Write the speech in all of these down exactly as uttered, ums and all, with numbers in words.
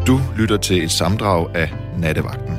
Du lytter til et sammendrag af Nattevagten.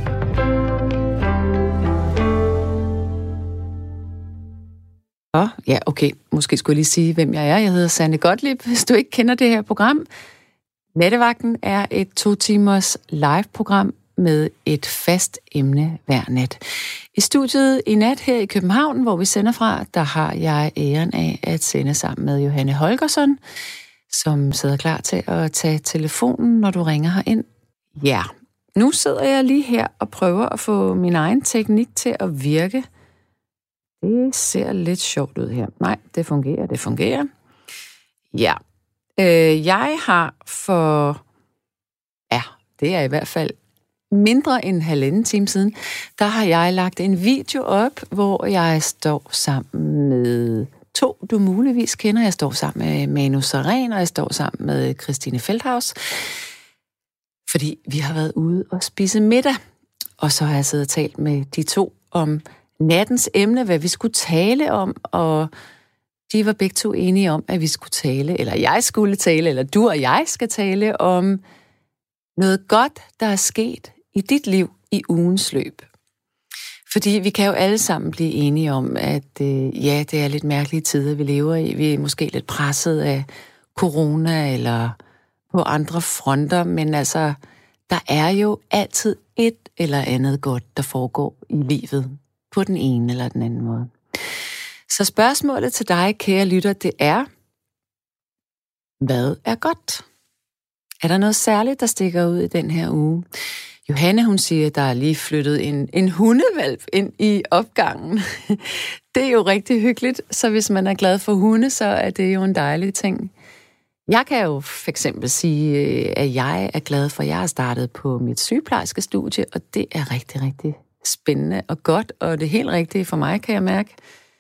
Oh, ja, okay. Måske skulle jeg lige sige, hvem jeg er. Jeg hedder Sanne Gottlieb, hvis du ikke kender det her program. Nattevagten er et to timers live-program med et fast emne hver nat. I studiet i nat her i København, hvor vi sender fra, der har jeg æren af at sende sammen med Johanne Holgersson, som sidder klar til at tage telefonen, når du ringer herind. Ja, nu sidder jeg lige her og prøver at få min egen teknik til at virke. Det ser lidt sjovt ud her. Nej, det fungerer, det fungerer. Ja, øh, jeg har for, ja, det er i hvert fald mindre end halvanden time siden, der har jeg lagt en video op, hvor jeg står sammen med to, du muligvis kender. Jeg står sammen med Manu Sareen, og jeg står sammen med Christine Feldhaus, fordi vi har været ude og spise middag. Og så har jeg siddet og talt med de to om nattens emne, hvad vi skulle tale om, og de var begge to enige om, at vi skulle tale, eller jeg skulle tale, eller du og jeg skal tale om noget godt, der er sket i dit liv i ugens løb. Fordi vi kan jo alle sammen blive enige om, at øh, ja, det er lidt mærkelige tider, vi lever i. Vi er måske lidt presset af corona eller på andre fronter, men altså, der er jo altid et eller andet godt, der foregår i livet på den ene eller den anden måde. Så spørgsmålet til dig, kære lytter, det er, hvad er godt? Er der noget særligt, der stikker ud i den her uge? Johanne, hun siger, at der er lige flyttet en, en hundevalp ind i opgangen. Det er jo rigtig hyggeligt, så hvis man er glad for hunde, så er det jo en dejlig ting. Jeg kan jo for eksempel sige, at jeg er glad for, at jeg har startet på mit sygeplejerske studie, og det er rigtig, rigtig spændende og godt, og det er helt rigtigt for mig, kan jeg mærke.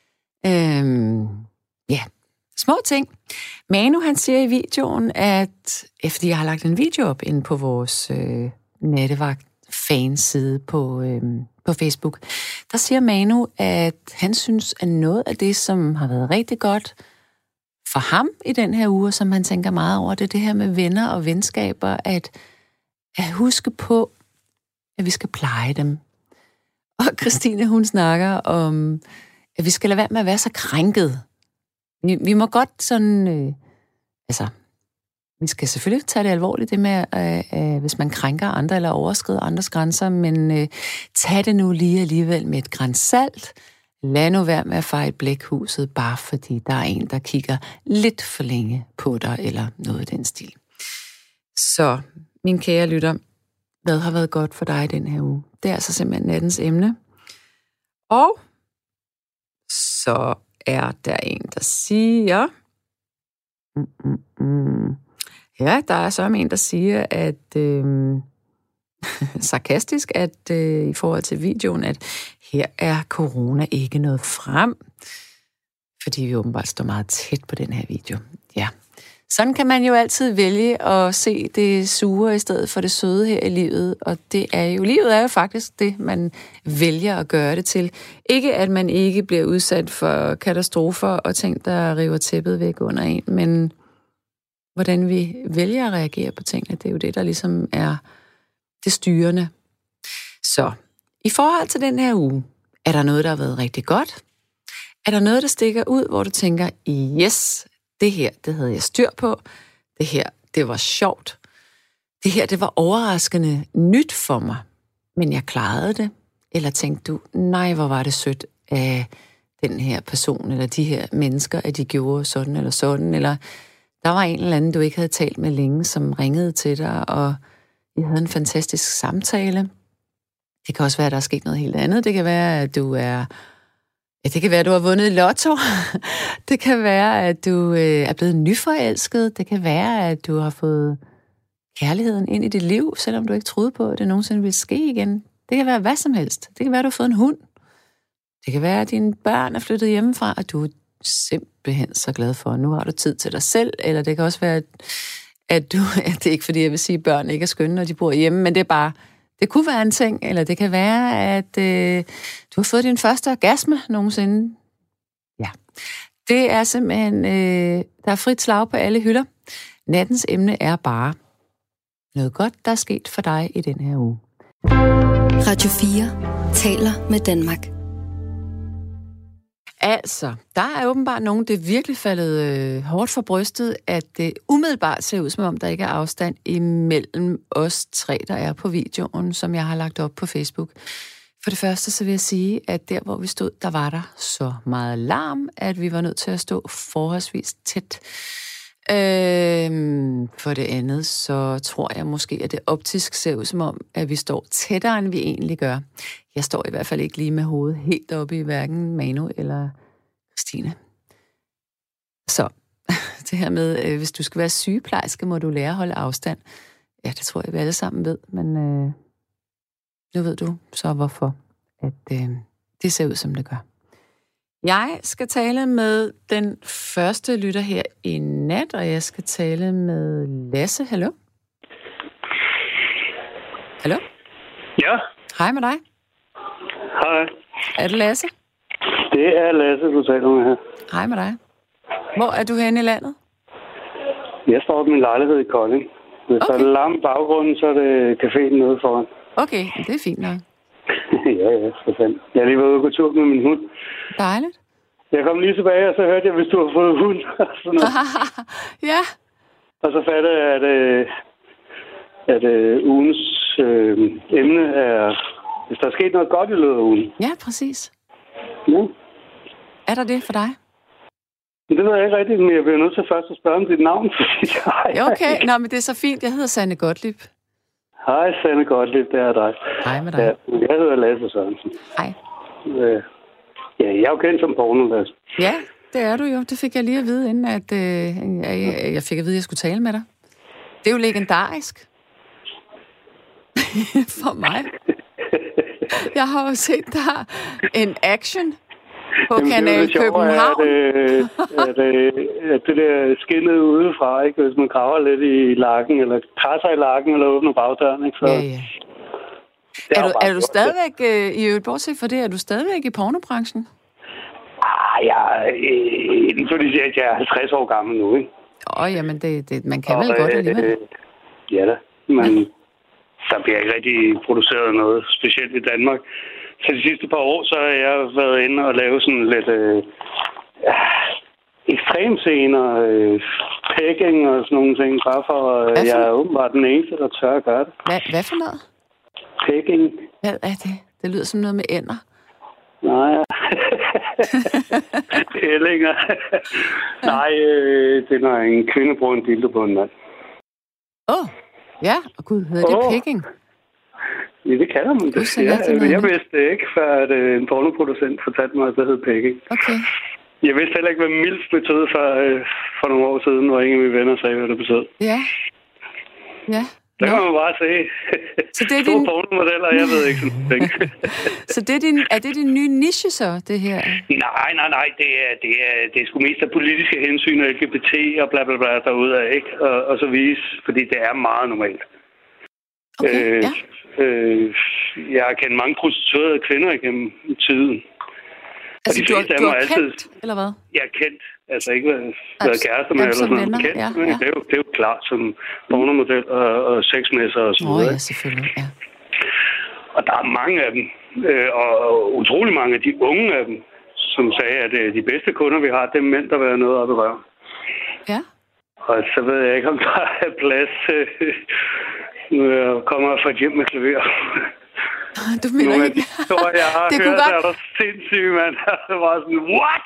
Øhm, ja, små ting. Manu, han siger i videoen, at efter jeg har lagt en video op inde på vores øh, nattevagt fanside på, øh, på Facebook, der siger Manu, at han synes, at noget af det, som har været rigtig godt for ham i den her uge, som han tænker meget over, det er det her med venner og venskaber, at, at huske på, at vi skal pleje dem. Og Christine, hun snakker om, at vi skal lade være med at være så krænket. Vi, vi må godt sådan, øh, altså, vi skal selvfølgelig tage det alvorligt, det med, øh, øh, hvis man krænker andre eller overskrider andres grænser, men øh, tag det nu lige alligevel med et gran salt. Lad nu være med at fejre blækhuset, bare fordi der er en, der kigger lidt for længe på dig, eller noget i den stil. Så, min kære lytter, hvad har været godt for dig i den her uge? Det er altså simpelthen nattens emne. Og så er der en, der siger... Mm, mm, mm. Ja, der er så en, der siger, at... Øh, sarkastisk, at øh, i forhold til videoen, at her er corona ikke noget frem, fordi vi åbenbart står meget tæt på den her video. Ja, sådan kan man jo altid vælge at se det sure i stedet for det søde her i livet, og det er jo, livet er jo faktisk det, man vælger at gøre det til. Ikke at man ikke bliver udsat for katastrofer og ting, der river tæppet væk under en, men hvordan vi vælger at reagere på tingene, det er jo det, der ligesom er det styrende. Så, i forhold til den her uge, er der noget, der har været rigtig godt? Er der noget, der stikker ud, hvor du tænker, yes, det her, det havde jeg styr på. Det her, det var sjovt. Det her, det var overraskende nyt for mig. Men jeg klarede det. Eller tænkte du, nej, hvor var det sødt af den her person, eller de her mennesker, at de gjorde sådan eller sådan. Eller der var en eller anden, du ikke havde talt med længe, som ringede til dig, og vi havde en fantastisk samtale. Det kan også være, at der er sket noget helt andet. Det kan være, at du er... Ja, det kan være, at du har vundet i lotto. Det kan være, at du øh, er blevet nyforelsket. Det kan være, at du har fået kærligheden ind i dit liv, selvom du ikke troede på, at det nogensinde ville ske igen. Det kan være hvad som helst. Det kan være, at du har fået en hund. Det kan være, at dine børn er flyttet hjemmefra, og du er simpelthen så glad for, at nu har du tid til dig selv. Eller det kan også være, at at du, det er ikke fordi, jeg vil sige, at børn ikke er skønne, når de bor hjemme, men det er bare, det kunne være en ting, eller det kan være, at øh, du har fået din første orgasme nogensinde. Ja, det er simpelthen, øh, der er frit slag på alle hylder. Nattens emne er bare, noget godt, der er sket for dig i den her uge. Radio fire taler med Danmark. Altså, der er åbenbart nogen, det er virkelig faldet øh, hårdt for brystet, at det umiddelbart ser ud, som om der ikke er afstand imellem os tre, der er på videoen, som jeg har lagt op på Facebook. For det første, så vil jeg sige, at der, hvor vi stod, der var der så meget larm, at vi var nødt til at stå forholdsvis tæt. Øhm, for det andet, så tror jeg måske, at det optisk ser ud som om, at vi står tættere, end vi egentlig gør. Jeg står i hvert fald ikke lige med hovedet helt oppe i hverken Manu eller Christine. Så det her med, øh, hvis du skal være sygeplejerske, må du lære at holde afstand. Ja, det tror jeg, vi alle sammen ved, men øh, nu ved du så hvorfor, at øh, det ser ud, som det gør. Jeg skal tale med den første lytter her i nat, og jeg skal tale med Lasse. Hallo? Hallo? Ja. Hej med dig. Hej. Er det Lasse? Det er Lasse, du taler med her. Hej med dig. Hvor er du henne i landet? Jeg står på min lejlighed i Kolding. Hvis okay. der er larm i baggrunden, så er det caféen nede foran. Okay, det er fint nok. ja, ja, for fanden. Jeg er lige været ude på tur med min hund. Dejligt. Jeg kom lige tilbage, og så hørte jeg, hvis du har fået hund. Sådan noget. ja. Og så fattede jeg, at, at, at ugens øh, emne er, hvis der er sket noget godt i løbet af ugen. Ja, præcis. Ja. Er der det for dig? Det ved jeg ikke rigtigt, men jeg bliver nødt til først at spørge om dit navn. ja, okay. Nå, men det er så fint. Jeg hedder Sanne Gottlieb. Hej, Sanne Gottlieb, det er dig. Hej med dig. Ja, jeg hedder Lasse Sørensen. Hej. Øh, ja, jeg er jo kendt som porno, Lasse. Ja, det er du jo. Det fik jeg lige at vide, inden at, øh, jeg, jeg fik at vide, at jeg skulle tale med dig. Det er jo legendarisk. For mig. Jeg har jo set der en action på Jamen, Kanal det København. At, at, at, at det der skinnet udefra, ikke? Hvis man graver lidt i lakken, eller krasser i lakken, eller åbner bagdøren, ikke? Så, ja, ja. Er du, er du stadigvæk, øh, i øvrigt bortset for det, er du stadigvæk i pornobranchen? Ah, jeg, øh, inden for de siger, at jeg er halvtreds år gammel nu, ikke? Åh, oh, jamen, det, det, man kan og, vel godt alligevel. Øh, ja da, men ja. Der bliver ikke rigtig produceret noget, specielt i Danmark. Så de sidste par år, så har jeg været inde og lave sådan lidt øh, ja, ekstremscener, øh, pegging og sådan nogle ting, bare for, øh, for jeg er åbenbart den eneste, der tør at gøre det. Hvad, hvad for noget? Pegging. Hvad er det? Det lyder som noget med ender. Nej, ællinger. Nej, øh, det er når en kvinde bruger en dildo på en mand. Åh, oh, ja. Og gud, hedder oh. det pegging? Ja, det kalder man det. Ja, jeg, jeg vidste det ikke, før at, uh, en pornoproducent fortalte mig, at det hed pegging. Okay. Jeg vidste heller ikke, hvad milf betød for, uh, for nogle år siden, hvor ingen af mine venner sagde, hvad det betød. Ja. Ja. Der kan man bare se. Så det er to din... pornomodeller, jeg ved ikke sådan ting. Så det er, din... er det din nye niche så, det her? Nej, nej, nej. Det er, det er, det er sgu mest af politiske hensyn og L G B T og bla bla bla derude af, ikke? Og, og så vise, fordi det er meget normalt. Okay, øh, ja. Øh, jeg har kendt mange prostituerede kvinder igennem tiden. Altså, du, du er altid... kendt, eller hvad? Jeg er kendt. Altså ikke været, været kærester med, eller sådan noget. Kendt, ja, ja. Det, er jo, det er jo klart som pornomodel og, og sexmesser og så videre. Åh, ja, selvfølgelig, ja. Og der er mange af dem, øh, og, og utrolig mange af de unge af dem, som sagde, at øh, de bedste kunder, vi har, det er mænd, der vil have noget op i røven. Ja. Og så ved jeg ikke, om der er plads... Øh, nu kommer jeg fra et hjem med klaver. Du mener Nogle ikke? Af de jeg har det hørt, godt... er der sindssygt, mand. Det var sådan, what?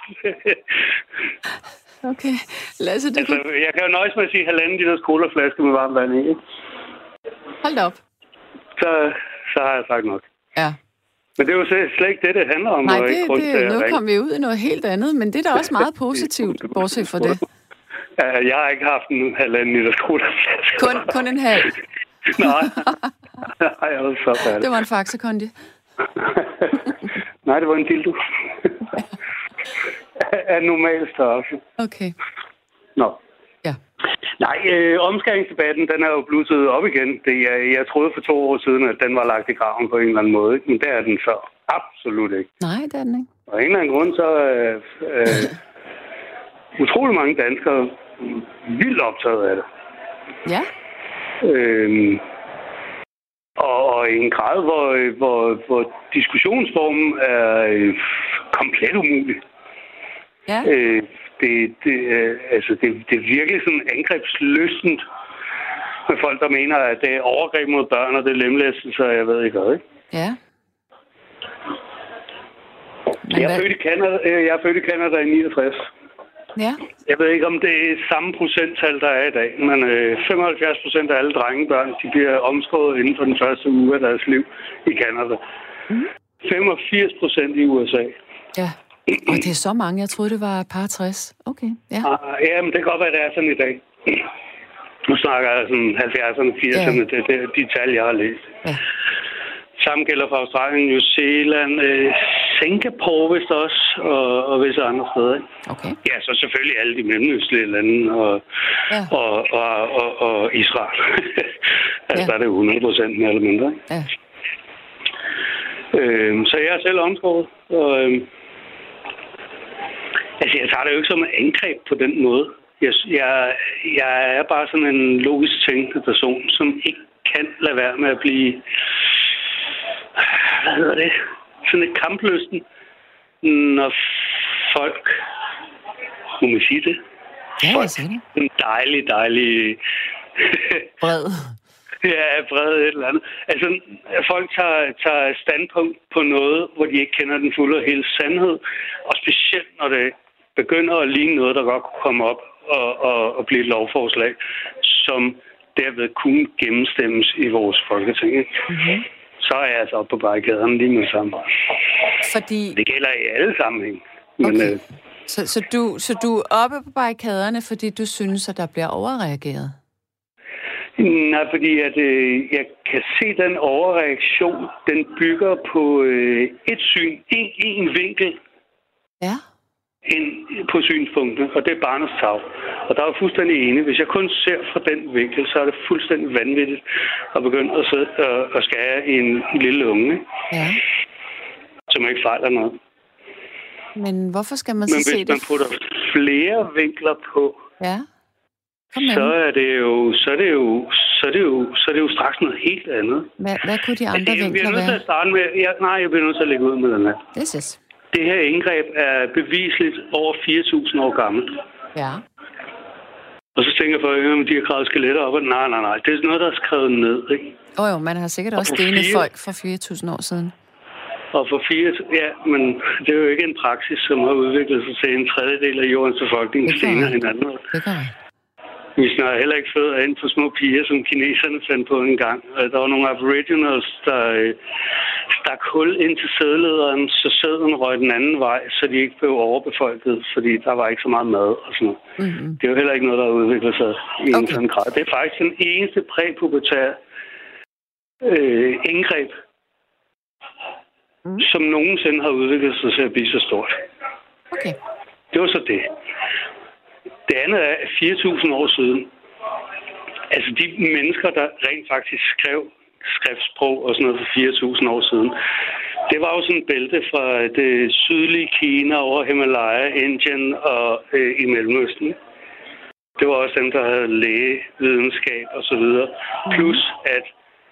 Okay. Lasse, du altså, kunne... jeg kan jo nøjes med at sige halvanden de der colaflaske med varmt vand i, ikke? Hold op. Så, så har jeg sagt nok. Ja. Men det er jo slet ikke det, det handler om. Nej, det, det, det nu kom vi ud i noget helt andet, men det er da også meget positivt, bortset fra det. Ja, jeg har ikke haft en halvanden liter colaflaske. Kun, kun en halv? Nej. Nej, jeg var så færdig. Det var en Faxe-kondi. Nej, det var en dildo. Af normal størrelse. Okay. Nå. Ja. Nej, øh, omskæringsdebatten, den er jo blusset op igen. Det, jeg, jeg troede for to år siden, at den var lagt i graven på en eller anden måde. Ikke? Men det er den så absolut ikke. Nej, det er den ikke. Og af en eller anden grund, så er øh, øh, utrolig mange danskere vildt optaget af det. Ja. Øhm, og, og i en grad, hvor, hvor, hvor diskussionsformen er øh, komplet umulig. Ja. Øh, det, det, øh, altså det, det er virkelig sådan angrebsløsent med folk, der mener, at det er overgreb mod børn, og det er lemlæstelse, og jeg ved ikke hvad, ikke? Ja. Men jeg, er hvad... født i Canada, jeg er født i Canada i niogtres. Ja. Jeg ved ikke, om det er samme procenttal, der er i dag, men øh, femoghalvfjerds procent af alle drengebørn, de bliver omskåret inden for den første uge af deres liv i Canada. Mm. femogfirs procent i U S A. Ja, og det er så mange. Jeg troede, det var et par tres. Okay, ja. Ah, ja, men det kan godt være, at det er sådan i dag. Nu snakker jeg sådan halvfjerdserne, firserne, ja. det, det er de tal, jeg har læst. Ja. Samme gælder for Australien, New Zealand, øh, Singapore vist også, og, og visse andre steder. Ikke? Okay. Ja, så selvfølgelig alle de mellemøstlige lande, og, ja. og, og, og, og Israel. altså, ja. Der er det hundrede procent mere eller mindre. Ikke? Ja. Øh, så jeg er selv omskåret, og øh, altså, jeg tager det jo ikke som et angreb på den måde. Jeg, jeg, jeg er bare sådan en logisk tænkende person, som ikke kan lade være med at blive, hvad hedder det, sådan et kamplysten, når folk, må man sige det? Ja, folk, jeg siger det. En dejlig, dejlig... Bred. Ja, bred et eller andet. Altså, folk tager, tager standpunkt på noget, hvor de ikke kender den fulde og hele sandhed, og specielt når det begynder at ligne noget, der godt kunne komme op og, og, og blive et lovforslag, som derved kunne gennemstemmes i vores folketing. Mm-hmm. Så er jeg altså oppe på barrikaderne lige med sammen. Fordi... Det gælder i alle sammenhæng. Men, okay. øh... så, så, du, så du er oppe på barrikaderne, fordi du synes, at der bliver overreageret? Nej, fordi at, øh, jeg kan se, at den overreaktion, den bygger på øh, et syn, en, en vinkel. Ja. Ind på synspunktet, og det er barnets tarv. Og der er jo fuldstændig enig. Hvis jeg kun ser fra den vinkel, så er det fuldstændig vanvittigt at begynde at, sidde, øh, at skære i en lille unge, ja. Som ikke fejler noget. Men hvorfor skal man Men så se det? Men hvis man putter flere vinkler på, ja. så er det jo, så er det jo, så er det jo, så er det jo straks noget helt andet. Hvad, hvad kunne de andre altså, jeg vinkler nødt til være? at starte med, jeg, nej, jeg bliver nødt til at lægge ud med den her. Det synes. Det her indgreb er bevisligt over fire tusind år gammelt. Ja. Og så tænker folk, at de har gravet skeletter op, og nej, nej, nej. Det er sådan noget, der er skrevet ned, ikke? Åh oh, jo, man har sikkert og også stenet fire... folk for fire tusind år siden. Og for fire... Ja, men det er jo ikke en praksis, som har udviklet sig til en tredjedel af jordens befolkning stener hinanden. Det kan jeg. Vi snakker heller ikke fødder ind på små piger, som kineserne fandt på en gang. Der var nogle aboriginals, der øh, stak hul ind til sædlederen, så sæden røg den anden vej, så de ikke blev overbefolket, fordi der var ikke så meget mad og sådan noget. Mm-hmm. Det er jo heller ikke noget, der har udviklet sig i okay. en sådan grad. Det er faktisk den eneste præpubertær øh, indgreb, mm. som nogensinde har udviklet sig til at blive så stort. Okay. Det var så det. Det andet er fire tusind år siden. Altså de mennesker, der rent faktisk skrev skriftsprog og sådan noget for fire tusind år siden, det var jo sådan et bælte fra det sydlige Kina over Himalaya, Indien og øh, i Mellemøsten. Det var også dem, der havde lægevidenskab og så videre. Plus at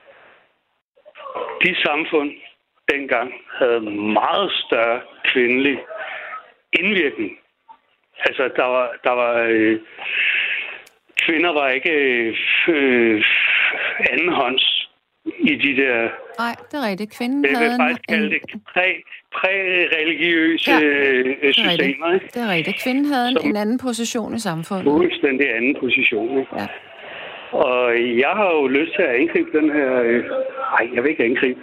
de samfund dengang havde meget større kvindelig indvirkning. Altså, der var, der var øh, kvinder var ikke øh, andenhånds i de der... Nej, det er rigtigt. Kvinden havde... Jeg vil faktisk en... kalde det præ, præ-religiøse ja, øh, systemer. Ikke? Det er rigtigt. Kvinden havde en, en anden position i samfundet. Fuldstændig anden position. Ikke? Ja. Og jeg har jo lyst til at angribe den her... Øh, ej, jeg vil ikke angribe...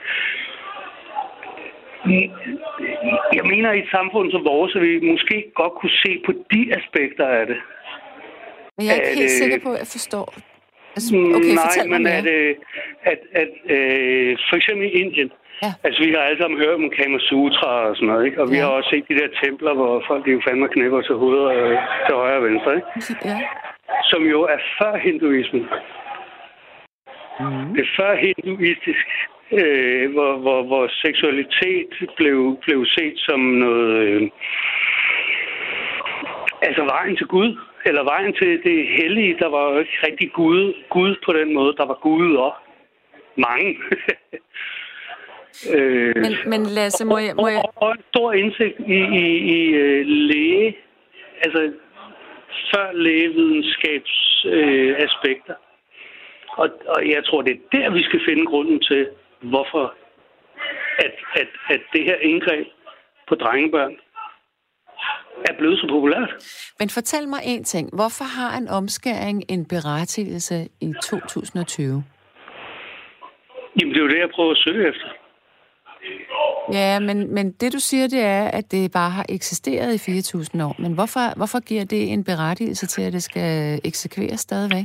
Jeg mener, i et samfund som vores, at vi måske godt kunne se på de aspekter af det. Men jeg er ikke at, helt sikker på, at jeg forstår. Altså, okay, nej, fortæl mig men mere. at, at, at, at øh, for eksempel i Indien, ja. Altså vi har alle sammen hørt om Kama Sutra og sådan noget, ikke? Og vi ja. har også set de der templer, hvor folk de jo fandme knæpper til hovedet og til højre og venstre, ikke? Ja. Som jo er før hinduismen. Mm. Det er før hinduistisk. Øh, hvor, hvor, hvor seksualitet blev, blev set som noget... Øh, altså vejen til Gud. eller vejen til det hellige, der var jo ikke rigtig Gud, Gud på den måde. Der var Gud og mange. øh, men, men Lasse, må jeg... Må jeg... Og, og en stor indsigt i, i, i uh, læge, altså før lægevidenskabs øh, aspekter. Og, og jeg tror, det er der, vi skal finde grunden til, hvorfor at, at, at det her indgreb på drengebørn er blevet så populært. Men fortæl mig en ting. Hvorfor har en omskæring en berettigelse i to tusind og tyve? Jamen, det er jo det, jeg prøver at søge efter. Ja, men, men det du siger, det er, at det bare har eksisteret i fire tusind år. Men hvorfor, hvorfor giver det en berettigelse til, at det skal eksekveres stadigvæk?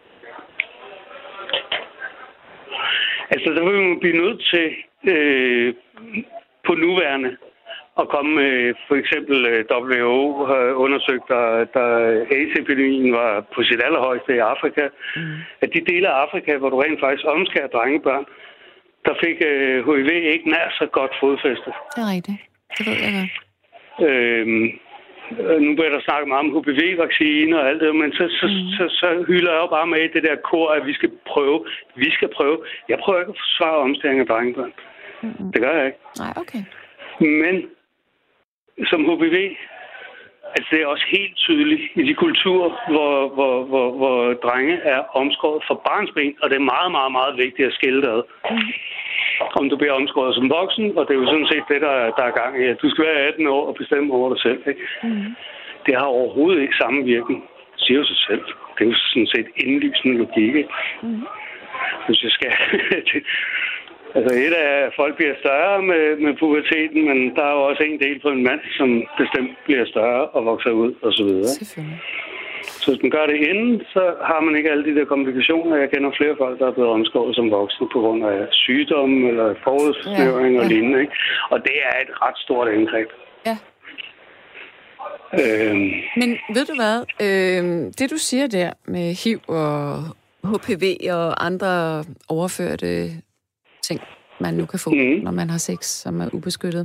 Altså, der vil man blive nødt til øh, på nuværende at komme med, for eksempel W H O har undersøgt, da, da AIDS-epidemien var på sit allerhøjeste i Afrika, mm. at de dele af Afrika, hvor du rent faktisk omskærer drengebørn, der fik øh, H I V ikke nær så godt fodfæste. Det er rigtigt. Det ved jeg godt. Øhm, nu bliver der snakket meget om H P V-vaccine og alt det, men så, så, mm. så, så hylder jeg jo bare med i det der kor, at vi skal prøve. Vi skal prøve. Jeg prøver ikke at forsvare omskæring af drengebørn. Mm. Det gør jeg ikke. Nej, okay. Men som H P V, altså det er også helt tydeligt i de kulturer, hvor, hvor, hvor, hvor drenge er omskåret for barnsben, og det er meget, meget, meget vigtigt at skille det ad. Mm. Om du bliver omskåret som voksen, og det er jo sådan set det, der, der er gang i. Du skal være atten år og bestemme over dig selv. Ikke? Mm. Det har overhovedet ikke samme virkning, siger jo sig selv. Det er jo sådan set indlysende logik. Ikke? Mm. Hvis jeg skal... Altså et af at folk bliver større med, med puberteten, men der er jo også en del på en mand, som bestemt bliver større og vokser ud og så videre. Så hvis man gør det inden, så har man ikke alle de der komplikationer. Jeg kender flere folk, der er blevet omskåret som voksne på grund af sygdomme eller forudsnævring ja, ja. og lignende. Ikke? Og det er et ret stort indgreb. Ja. Øhm. Men ved du hvad? Øhm, det du siger der med H I V og H P V og andre overførte ting, man nu kan få, mm. når man har sex, som er ubeskyttet.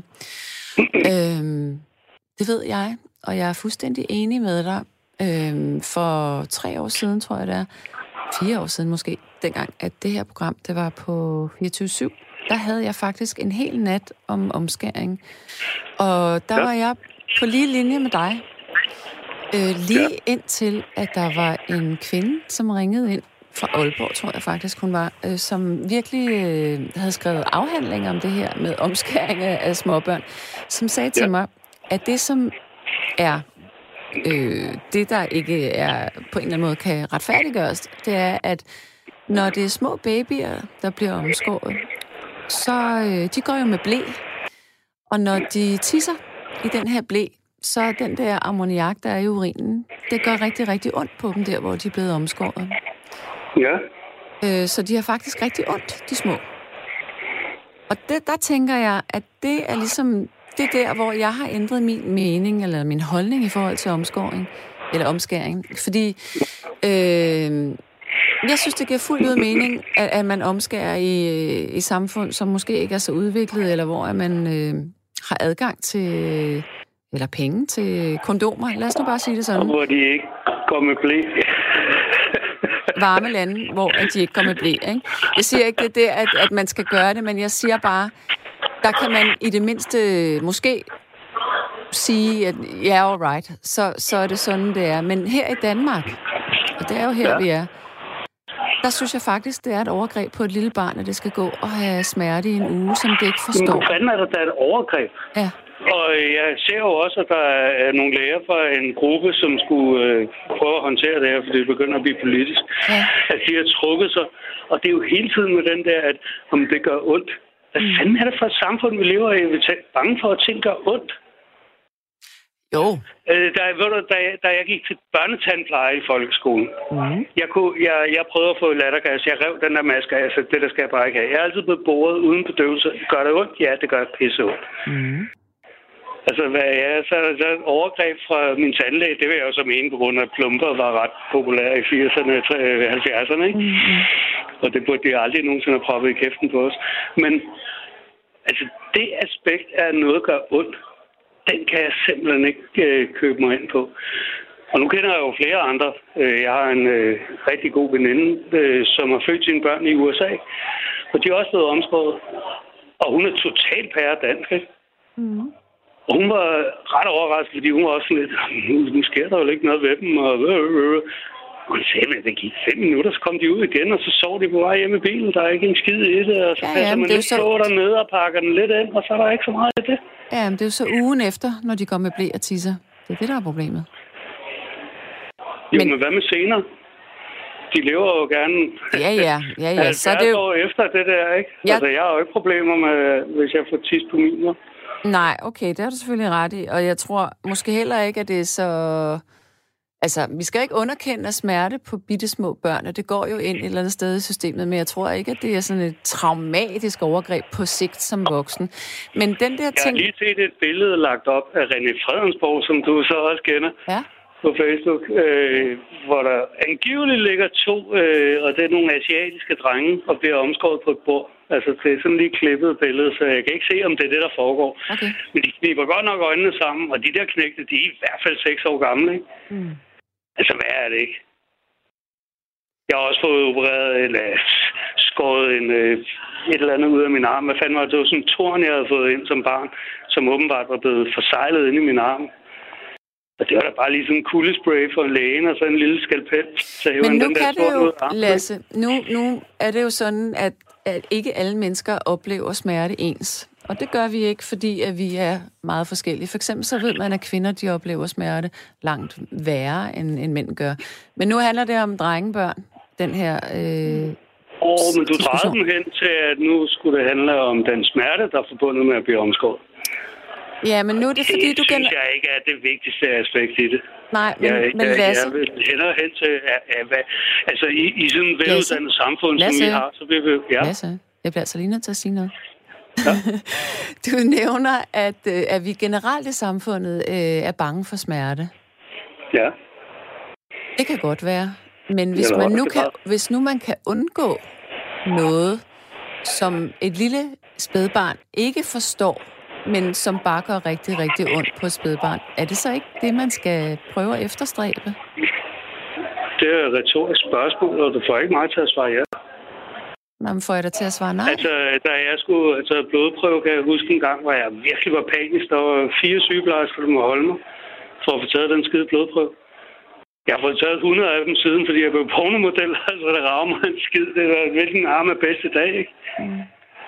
øhm, det ved jeg, og jeg er fuldstændig enig med dig. Øhm, for tre år siden, tror jeg det er, fire år siden måske, dengang, at det her program, det var på fireogtyve syv, der havde jeg faktisk en hel nat om omskæring. Og der ja. var jeg på lige linje med dig. Øh, lige ja. indtil, at der var en kvinde, som ringede ind fra Aalborg, tror jeg faktisk, hun var, øh, som virkelig øh, havde skrevet afhandlinger om det her med omskæring af, af småbørn, som sagde ja. til mig, at det, som er øh, det, der ikke er på en eller anden måde kan retfærdiggøres, det er, at når det er små babyer, der bliver omskåret, så øh, de går jo med ble, og når de tisser i den her ble, så den der ammoniak, der er i urinen, det gør rigtig, rigtig ondt på dem der, hvor de er blevet omskåret. Ja. Øh, så de har faktisk rigtig ondt, de små. Og det, der tænker jeg, at det er ligesom det der, hvor jeg har ændret min mening, eller min holdning i forhold til omskåring, eller omskæring. Fordi øh, jeg synes, det giver fuldt ud mening, at, at man omskærer i, i samfund, som måske ikke er så udviklet, eller hvor man øh, har adgang til, eller penge til kondomer. Lad os nu bare sige det sådan. Og hvor de ikke går med blæ. Varme lande, hvor de ikke går med blæ, ikke? Jeg siger ikke det der, at, at man skal gøre det, men jeg siger bare, der kan man i det mindste måske sige, at ja, yeah, all right, så, så er det sådan, det er. Men her i Danmark, og det er jo her, ja. vi er, der synes jeg faktisk, det er et overgreb på et lille barn, at det skal gå og have smerte i en uge, som det ikke forstår. Men fanden er der, der er et overgreb? Ja. Og jeg ser jo også, at der er nogle læger fra en gruppe, som skulle øh, prøve at håndtere det her, for det begynder at blive politisk. Ja. At de har trukket sig. Og det er jo hele tiden med den der, at om det gør ondt. Hvad mm. fanden er det for et samfund, vi lever i? Vi er bange for, at ting gør ondt. Jo. Øh, da, ved du, da, jeg, da jeg gik til børnetandpleje i folkeskolen, mm. jeg, kunne, jeg, jeg prøvede at få lattergas. Jeg rev den der maske af, så det der skal jeg bare ikke have. Jeg er altid blevet boret uden bedøvelse. Gør det ondt? Ja, det gør pisse ondt. Mm. Altså, hvad jeg ja, så, så overgreb fra min tandlæge, det vil jeg jo så mene, på grund af, at plumper var ret populære i firserne, halvfjerdserne, ikke? Mm-hmm. Og det burde de aldrig nogensinde have proppet i kæften på os. Men, altså, det aspekt af noget, der gør ondt, den kan jeg simpelthen ikke øh, købe mig ind på. Og nu kender jeg jo flere andre. Jeg har en øh, rigtig god veninde, øh, som har født sine børn i U S A. Og de er også blevet omskåret. Og hun er totalt pæredansk. Mm. Og hun var ret overrasket, fordi hun var også lidt, nu sker der jo ikke noget ved dem. Og, og hun sagde, at det gik fem minutter, så kom de ud igen, og så sov de på vej hjemme i bilen. Der er ikke en skid i det, og så ja, passer ja, man lidt så... på dernede og pakker den lidt ind, og så er der ikke så meget i det. Ja, men det er jo så ugen efter, når de går med blæ og tisser. Det er det, der er problemet. Jo, men, men hvad med senere? De lever jo gerne... Ja, ja, ja, ja. Så er det jo... år efter det der, ikke? Ja. Altså, jeg har jo ikke problemer med, hvis jeg får tis på min måde. Nej, okay, det har du selvfølgelig ret i. Og jeg tror måske heller ikke, at det er så... Altså, vi skal ikke underkende smerte på bittesmå børn, og det går jo ind et eller andet sted i systemet, men jeg tror ikke, at det er sådan et traumatisk overgreb på sigt som voksen. Men den der ting... Jeg har lige set et billede lagt op af René Fredensborg, som du så også kender. Ja. På Facebook, øh, hvor der angiveligt ligger to, øh, og det er nogle asiatiske drenge, og bliver omskåret på et bord. Altså, det er sådan lige klippet billede, så jeg kan ikke se, om det er det, der foregår. Okay. Men de kniber godt nok øjnene sammen, og de der knægte, de er i hvert fald seks år gamle, ikke? Mm. Altså, hvad er det ikke? Jeg har også fået opereret, eller skåret en, øh, et eller andet ud af min arm. Hvad fanden var det? Det var sådan en torn, jeg havde fået ind som barn, som åbenbart var blevet forsejlet ind i min arm. Og det var da bare lige sådan en kuldespray for lægen, og så en lille skalpel. Så men nu den kan det jo, Lasse, nu, nu er det jo sådan, at, at ikke alle mennesker oplever smerte ens. Og det gør vi ikke, fordi at vi er meget forskellige. For eksempel så ved man, at kvinder de oplever smerte langt værre, end, end mænd gør. Men nu handler det om drengebørn, den her øh, Åh, oh, men du drejede den hen til, at nu skulle det handle om den smerte, der er forbundet med at blive omskåret. Ja, men nu er det fordi, det du kan... Det synes jeg ikke er det vigtigste aspekt i det. Nej, men, jeg, men jeg, Lasse... Jeg vil hellere hen til... At, at, at, altså, i, i sådan et veluddannet samfund, Lasse. Som vi har, så vil vi... Ja. Lasse, jeg bliver altså lige nødt til at sige noget. Ja. Du nævner, at, at vi generelt i samfundet øh, er bange for smerte. Ja. Det kan godt være. Men hvis, man nu kan, hvis nu man kan undgå noget, som et lille spædbarn ikke forstår, men som bare gør rigtig, rigtig ondt på et spædbarn, er det så ikke det, man skal prøve at efterstræbe? Det er et retorisk spørgsmål, og du får ikke mig til at svare ja. Nå, men får jeg dig til at svare nej? Altså, da jeg skulle tage blodprøve, kan jeg huske en gang, hvor jeg virkelig var panisk. Der var fire sygeplejersker, der må holde mig for at få taget den skide blodprøve. Jeg har fået taget hundrede af dem siden, fordi jeg blev pornomodel, altså der rager mig en skid. Det var hvilken arm er bedste dag, ikke? Mm.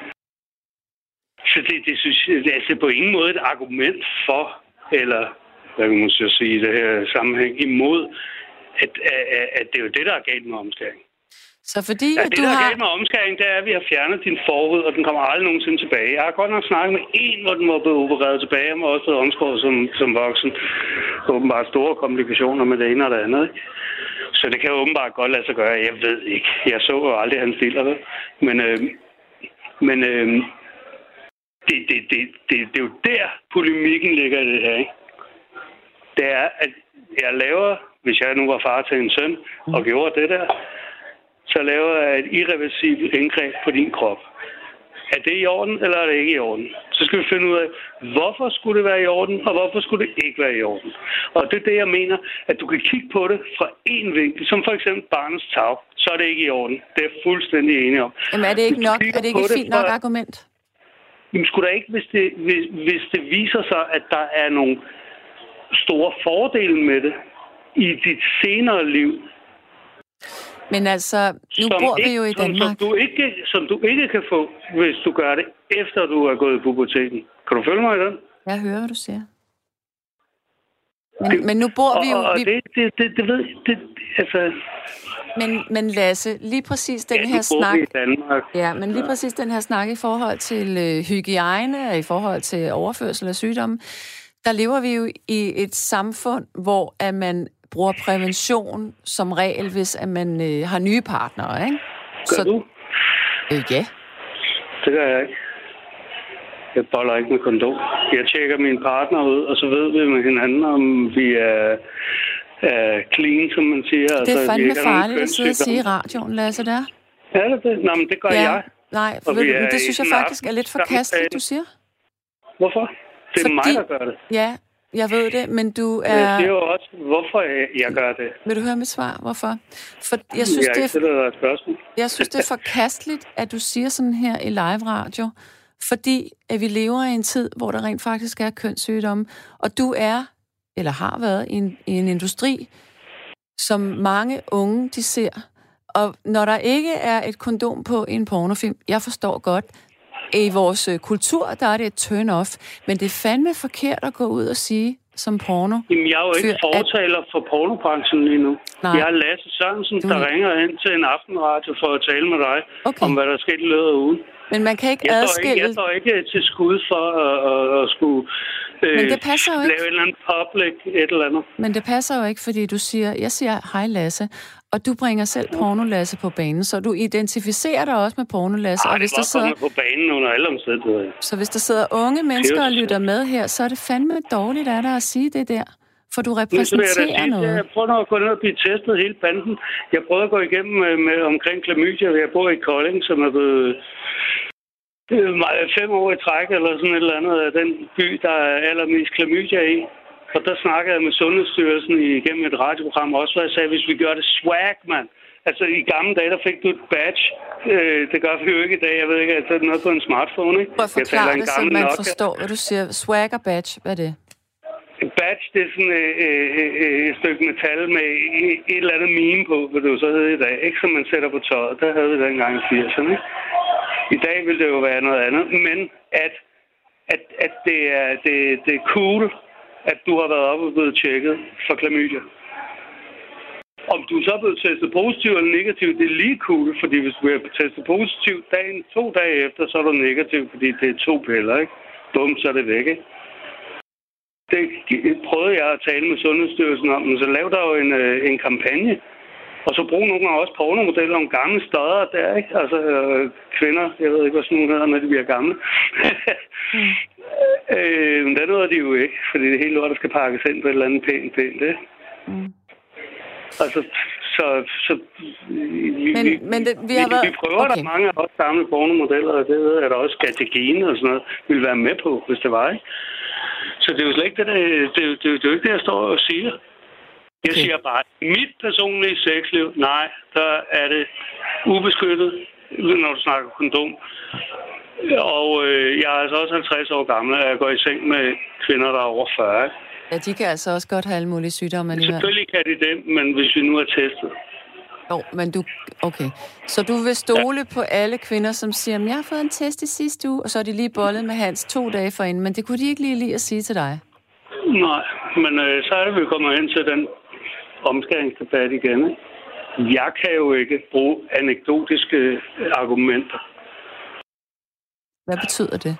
Så det, det synes jeg, det er altså på ingen måde et argument for, eller hvad kan man så sige i det her sammenhæng, imod, at, at, at det er jo det, der er galt med omskæring. Så fordi, ja, at det, du der har... er galt med omskæring, det er, at vi har fjernet din forhud, og den kommer aldrig nogensinde tilbage. Jeg har godt nok snakket med en, hvor den var blevet opereret tilbage, og også blevet omskåret som, som voksen. Åbenbart store komplikationer med det ene og det andet, ikke? Så det kan jo åbenbart godt lade sig gøre. Jeg ved ikke. Jeg så jo aldrig hans stiller, vel? Men, øh, men øh, det, det, det, det, det er jo der, polemikken ligger i det her, ikke? Det er, at jeg laver, hvis jeg nu var far til en søn, og gjorde det der, så laver jeg et irreversibelt indgreb på din krop. Er det i orden, eller er det ikke i orden? Så skal vi finde ud af, hvorfor skulle det være i orden, og hvorfor skulle det ikke være i orden. Og det er det, jeg mener, at du kan kigge på det fra én vinkel, som for eksempel barnets tag, så er det ikke i orden. Det er jeg fuldstændig enig om. Jamen er det ikke nok? Er det ikke et fint nok fra... argument? Jamen skulle der ikke, hvis det, hvis, hvis det viser sig, at der er nogle store fordele med det i dit senere liv. Men altså, nu som bor ikke, vi jo i som, Danmark. Som du, ikke, som du ikke kan få, hvis du gør det, efter du er gået i puberteten. Kan du følge mig i den? Jeg hører, hvad du siger. Men, men nu bor og, vi jo... Og vi... det, det, det, det ved det, altså... Men, men Lasse, lige præcis den ja, her snak... i Danmark. Ja, men lige præcis den her snak i forhold til øh, hygiejne og i forhold til overførsel af sygdomme, der lever vi jo i et samfund, hvor at man bruger prævention som regel, hvis at man øh, har nye partnere, ikke? Gør Så, du? Øh, ja. Det gør jeg ikke. Jeg boller ikke med kondom. Jeg tjekker min partner ud, og så ved vi med hinanden, om vi er, er clean, som man siger. Det er altså, fandme farligt at sidde og sige i radioen, Lasse, der. Er det det? Nå, men det gør ja. jeg. Nej, for ved, det synes jeg faktisk er lidt forkasteligt, du siger. Hvorfor? Det er Fordi, mig, der gør det. Ja, Jeg ved det, men du er... Jeg siger jo også, hvorfor jeg gør det. Vil du høre mit svar? Hvorfor? For jeg synes, jeg det er... et spørgsmål. Jeg synes, det er forkasteligt, at du siger sådan her i live radio, fordi at vi lever i en tid, hvor der rent faktisk er kønssygdomme, og du er, eller har været, i en, i en industri, som mange unge, de ser. Og når der ikke er et kondom på i en pornofilm, jeg forstår godt, i vores kultur, der er det et turn-off, men det er fandme forkert at gå ud og sige som porno. Jamen, jeg er jo ikke fortaler at... for pornobranchen lige nu. Nej. Jeg er Lasse Sørensen, du... der ringer ind til en aftenradio for at tale med dig okay. om, hvad der er sket i løbet af ugen. Men man kan ikke jeg adskille... Ikke, jeg står ikke til skud for at, at, at skulle øh, men det passer jo ikke. lave et eller andet public, et eller andet. Men det passer jo ikke, fordi du siger, jeg siger hej Lasse, og du bringer selv porno-Lasse på banen, så du identificerer dig også med porno-Lasse. Ej, og hvis det var der sidder... på banen under alle omstændigheder. Så hvis der sidder unge mennesker og lytter med her, så er det fandme dårligt af dig at sige det der. For du repræsenterer jeg noget. Jeg prøver at gå ned og blive testet hele banden. Jeg prøver at gå igennem med, med omkring klamydia. Jeg bor i Kolding, som er blevet fem år i træk, eller sådan et eller andet af den by, der er allermest klamydia i. Og der snakkede jeg med Sundhedsstyrelsen igennem et radioprogram også, hvor jeg sagde, hvis vi gør det swag, mand. Altså i gamle dage, der fik du et badge. Øh, det gør vi jo ikke i dag. Jeg ved ikke, at det er noget på en smartphone, ikke? Prøv at forklare det, så man Nokia. Forstår, hvad du siger. Swag og badge, hvad er det? Et badge, det er sådan øh, øh, et stykke metal med et eller andet meme på, hvad det jo så hedder i dag. Ikke som man sætter på tøjet. Der havde vi det engang i firserne, ikke? I dag vil det jo være noget andet. Men at, at, at det, er, det, det er cool, at du har været oppe og blevet tjekket for klamydia. Om du så er blevet testet positiv eller negativ, det er lige cool, fordi hvis du er testet positiv dagen, to dage efter, så er du negativ, fordi det er to piller, ikke? Bum, så er det væk, ikke? Det prøvede jeg at tale med Sundhedsstyrelsen om, men så lavede der jo en, en kampagne, og så brug nogle gange også pornomodeller om gamle støder der, ikke? Altså øh, kvinder, jeg ved ikke, hvad sådan nogle hedder, når de bliver gamle. mm. øh, men det nåede de jo ikke, fordi det hele lort, der skal pakkes ind på et eller andet pænt, pænt, det. Mm. Altså, så... så vi, men, vi, men det, vi, har vi, været... vi prøver okay. Der mange af os gamle pornomodeller, og det ved jeg, at der også Gategine og sådan noget ville være med på, hvis det var, ikke? Så det er jo slet ikke det, det, det, det, det er jo ikke det, jeg står og siger. Jeg okay. siger bare, mit personlige sexliv, nej, der er det ubeskyttet, når du snakker kondom. Og øh, jeg er altså også halvtreds år gammel, og jeg går i seng med kvinder, der er over fyrre. Ja, de kan altså også godt have alle mulige sygdomme alligevel. Selvfølgelig kan de det, men hvis vi nu er testet. Jo, men du... Okay. Så du vil stole ja. På alle kvinder, som siger, jeg har fået en test i sidste uge, og så er de lige bollet med Hans to dage forinden, men det kunne de ikke lige lide at sige til dig? Nej, men øh, så er det, vi kommer hen til den omskæringsdebat igen. Ikke? Jeg kan jo ikke bruge anekdotiske argumenter. Hvad betyder det?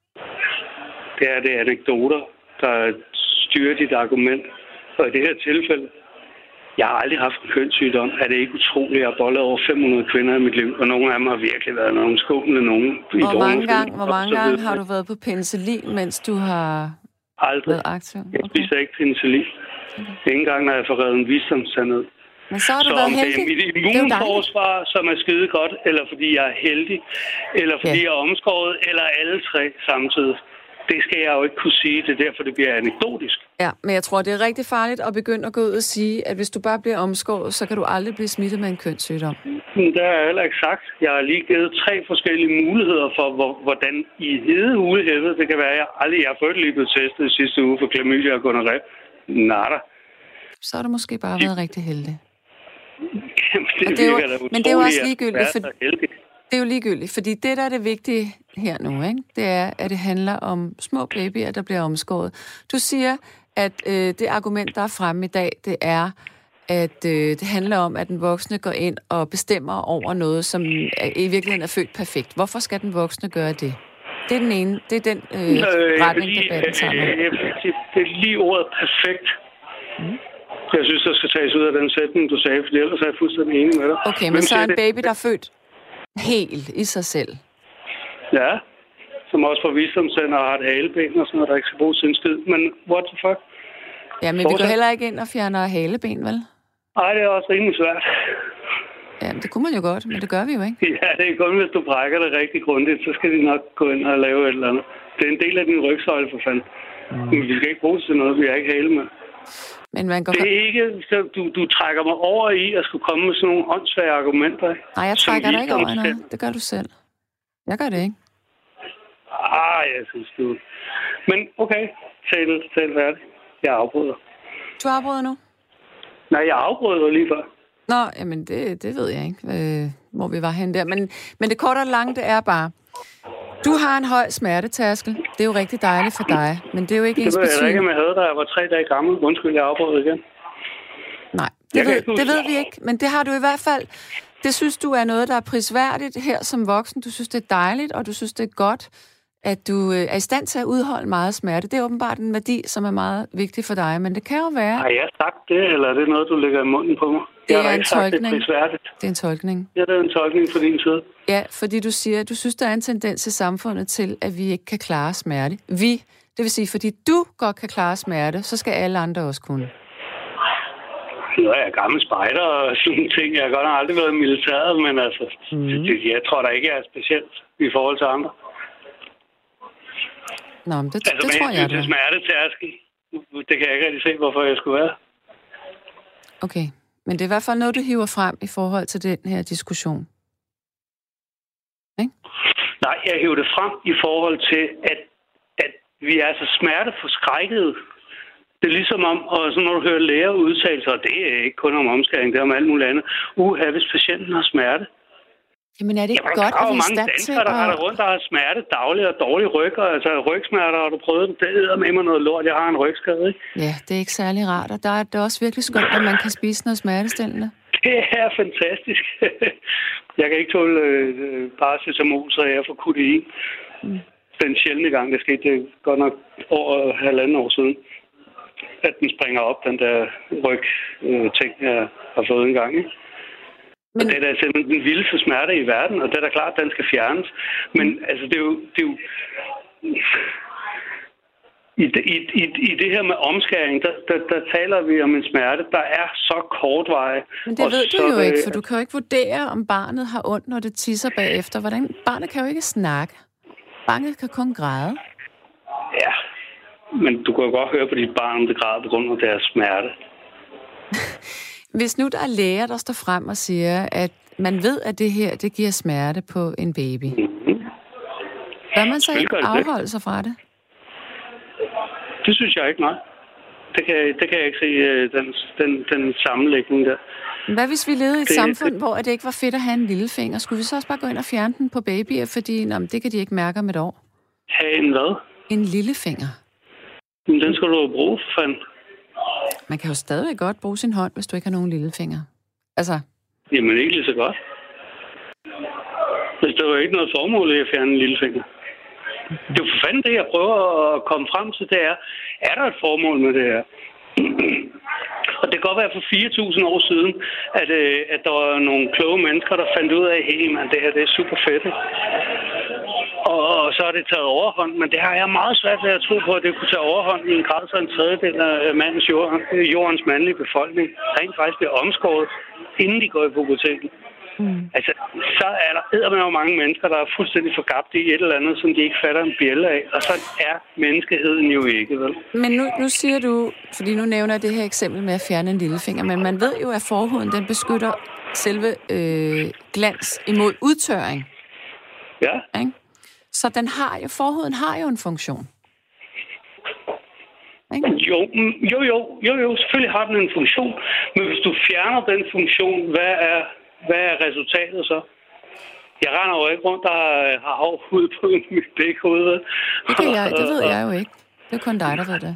Det er det anekdoter, der styrer dit argument. Og i det her tilfælde, jeg har aldrig haft en kønssygdom. Er det ikke utroligt, at jeg har bollet over fem hundrede kvinder i mit liv, og nogle af dem har virkelig været nogle skålende nogen. Hvor mange gange, hvor mange gange har du været på penicillin, mens du har aldrig. været aktiv? Okay. Jeg spiser ikke penicillin. Okay. Ingen gang har jeg forredet en visdomstand ned. Men så har du så været heldig. Så det er mit immunforsvar, som er skide godt, eller fordi jeg er heldig, eller fordi ja. Jeg er omskåret, eller alle tre samtidig. Det skal jeg jo ikke kunne sige. Det er derfor, det bliver anekdotisk. Ja, men jeg tror, det er rigtig farligt at begynde at gå ud og sige, at hvis du bare bliver omskåret, så kan du aldrig blive smittet med en kønssygdom. Det har jeg heller ikke sagt. Jeg har lige givet tre forskellige muligheder for, hvordan i hede ulehelvede, det kan være, jeg aldrig jeg har lige blevet testet i sidste uge for klamydia og gonorrhea. Nada. Så har du måske bare været rigtig heldig. Jamen, det, det er jo, men det er jo også ligegyldigt, for, heldig. det er jo ligegyldigt, fordi det, der er det vigtige her nu, ikke, det er, at det handler om små babyer, der bliver omskåret. Du siger, at øh, det argument, der er fremme i dag, det er, at øh, det handler om, at den voksne går ind og bestemmer over noget, som i virkeligheden er født perfekt. Hvorfor skal den voksne gøre det? Det er den ene, det er den øh, øh, retning, debatten tager med. Øh, det er lige ordet perfekt. Mm. Jeg synes, der skal tages ud af den sætning, du sagde, for ellers er jeg fuldstændig enig med dig. Okay, men Hvem så er en baby, der er født helt i sig selv. Ja, som også får visdomstænder og har et haleben og sådan noget, der ikke skal bruge sin skid. Men what the fuck? Ja, men vi går heller ikke ind og fjerner haleben, vel? Nej, det er også rimelig svært. Ja, det kunne man jo godt, men det gør vi jo ikke. Ja, det er kun, hvis du brækker det rigtig grundigt, så skal de nok gå ind og lave et eller andet. Det er en del af din rygsøjle, for fanden. Mm. Men vi skal ikke bruge til noget, vi er ikke hele med. Men man går... Det er ikke, så du, du trækker mig over i at skulle komme med sådan nogle åndssvage argumenter. Nej, jeg trækker dig ikke over i noget. Det gør du selv. Jeg gør det ikke. Ah, jeg synes du... Men okay, tal, tal færdigt. Jeg afbryder. Du afbryder nu? Nej, jeg afbryder lige før. Nå, jamen det, det ved jeg ikke, øh, hvor vi var hen der. Men, men det korte og lange, det er bare... Du har en høj smertetærskel. Det er jo rigtig dejligt for dig, men det er jo ikke ens betydning. Det ved jeg ikke, om jeg havde, da jeg var tre dage gammel. Undskyld, jeg afbrød igen. Nej, det ved, det ved vi ikke. Men det har du i hvert fald... Det synes du er noget, der er prisværdigt her som voksen. Du synes, det er dejligt, og du synes, det er godt, at du er i stand til at udholde meget smerte. Det er åbenbart en værdi, som er meget vigtig for dig, men det kan jo være... Har jeg sagt det, eller er det noget, du lægger i munden på mig? Det jeg er en sagt, tolkning. Det er, det er en tolkning. Ja, det er en tolkning for din side. Ja, fordi du siger, at du synes, der er en tendens i samfundet til, at vi ikke kan klare smerte. Vi, det vil sige, fordi du godt kan klare smerte, så skal alle andre også kunne. Nu er jeg gammel spejder og sådan ting. Jeg har godt nok aldrig været i militæret, men altså, mm. det, jeg tror da ikke, jeg er specielt i forhold til andre. Nå, men det, altså, det tror jeg, det er smertetærskel. Det kan jeg ikke rigtig se, hvorfor jeg skulle være. Okay, men det er i hvert fald noget, du hiver frem i forhold til den her diskussion. Ikke? Nej, jeg hiver det frem i forhold til, at, at vi er så smerteforskrækkede. Det er ligesom om, og så når du hører læger udtale sig, og det er ikke kun om omskæring, det er om alt muligt andet. Uha, hvis patienten har smerte. Jamen er det ikke Jamen, godt, at vi er i stand til at... Der er der rundt, der har smerte dagligt og dårlige rykker. Altså rygsmerter, har du prøvet det? Det er med mig noget lort. Jeg har en rygskade, ikke? Ja, det er ikke særlig rart, og der er det også virkelig skønt, at man kan spise noget smertestillende. Det er fantastisk. Jeg kan ikke tåle øh, paracetamol, så jeg får kodein. Mm. Den sjældne gang, det skete, det er godt nok over halvanden år siden, at den springer op, den der ryg-ting, øh, jeg har fået en gang, ikke? Men... Og det er da simpelthen den vildeste smerte i verden, og det er da klart, at den skal fjernes. Men mm. altså, det er jo... Det er jo I, i, i, I det her med omskæring, der, der, der taler vi om en smerte, der er så kortvarig. Men det ved du jo ikke, for du kan jo ikke vurdere, om barnet har ondt, når det tisser bagefter. Hvordan? Barnet kan jo ikke snakke. Barnet kan kun græde. Ja, men du kan jo godt høre på dit barn, om det græder på grund af deres smerte. Hvis nu der er læger, der står frem og siger, at man ved, at det her, det giver smerte på en baby. Mm-hmm. Bør man så ikke afholde sig fra det? Det synes jeg ikke, nej. Det kan, det kan jeg ikke se, den, den, den sammenlægning der. Hvad hvis vi levede i et det, samfund, det... hvor det ikke var fedt at have en lillefinger? Skulle vi så også bare gå ind og fjerne den på babyer, fordi nå, det kan de ikke mærke om et år? Have en hvad? En lillefinger. Men den skal du jo bruge, for fanden. Man kan jo stadig godt bruge sin hånd, hvis du ikke har nogen lillefinger. Altså... Jamen ikke lige så godt. Hvis der var ikke noget formål i at fjerne en lillefinger. Det er jo for fanden det, jeg prøver at komme frem til, det er, er der et formål med det her? Og det kan godt være for fire tusind år siden, at, at der var nogle kloge mennesker, der fandt ud af, at hey, man, det her det er super fedt. Og, og så er det taget overhånd, men det har jeg meget svært ved at tro på, at det kunne tage overhånd i en grad, så en tredjedel af mandens jord, jordens mandlige befolkning rent faktisk bliver omskåret, inden de går i puberteten. Mm. Altså, så er der eddermame mange mennesker, der er fuldstændig forgabt i et eller andet, som de ikke fatter en bjælle af. Og så er menneskeheden jo ikke, vel? Men nu, nu siger du, fordi nu nævner jeg det her eksempel med at fjerne en lillefinger, men man ved jo, at forhuden, den beskytter selve øh, glans imod udtørring. Ja. Ikke? Så den har jo, forhuden har jo en funktion. Ikke? Jo, jo, jo, jo, jo, selvfølgelig har den en funktion. Men hvis du fjerner den funktion, hvad er... Hvad er resultatet så? Jeg render jo ikke rundt, der har hård hud på mit dækhoved. Det, kan jeg, det ved jeg jo ikke. Det er kun dig, der ved det.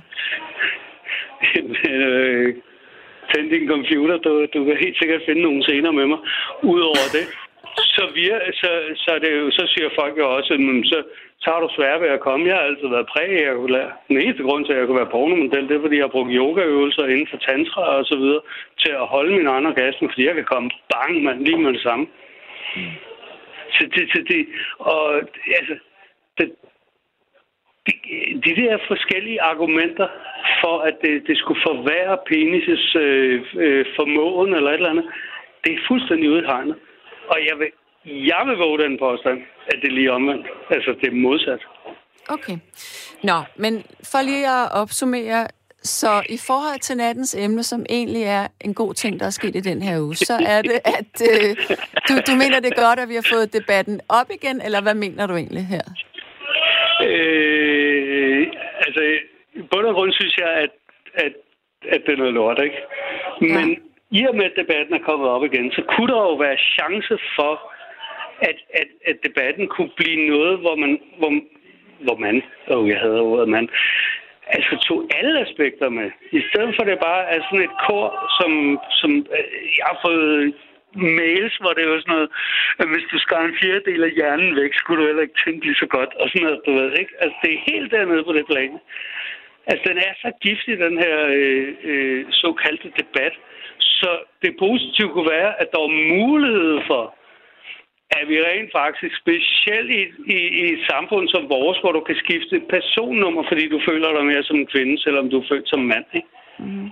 øh, tænd din computer. Du, du kan helt sikkert finde nogle scener med mig. Udover det, så, vi, så, så, det jo, så siger folk jo også, at så, så har du svært ved at komme. Jeg har altid været præejakulær. Den eneste grund til, at jeg kunne være pornomodel, det er, fordi jeg har brugt yogaøvelser inden for tantra og så videre, til at holde min egen orgasme, fordi jeg kan komme bang, man, lige med det samme. Mm. Så det, det, det, og altså, det, de, de der forskellige argumenter for, at det, det skulle forværre penises øh, øh, formåen eller et eller andet, det er fuldstændig udhegnet. Og jeg vil, jeg vil våge den påstand, at det er lige omvendt. Altså, det er modsat. Okay. Nå, men for lige at opsummere, så i forhold til nattens emne, som egentlig er en god ting, der er sket i den her uge, så er det, at øh, du, du mener, det er godt, at vi har fået debatten op igen, eller hvad mener du egentlig her? Øh, altså, i bund og grund synes jeg, at, at, at det er noget lort, ikke? Men ja. I og med, at debatten er kommet op igen, så kunne der jo være chance for, at, at, at debatten kunne blive noget, hvor man, hvor, hvor man, åh, oh, jeg hader ordet mand, altså tog alle aspekter med. I stedet for det bare er sådan et kor, som, som jeg har fået mails, hvor det var sådan noget, at hvis du skar en fjerdedel af hjernen væk, skulle du heller ikke tænke lige så godt, og sådan noget, du ved, ikke? Altså, det er helt dernede på det plan. Altså, den er så giftig, den her øh, øh, såkaldte debat, så det positive kunne være, at der var mulighed for, at vi rent faktisk, specielt i, i, i et samfund som vores, hvor du kan skifte personnummer, fordi du føler dig mere som en kvinde, selvom du er født som mand, ikke? Mm.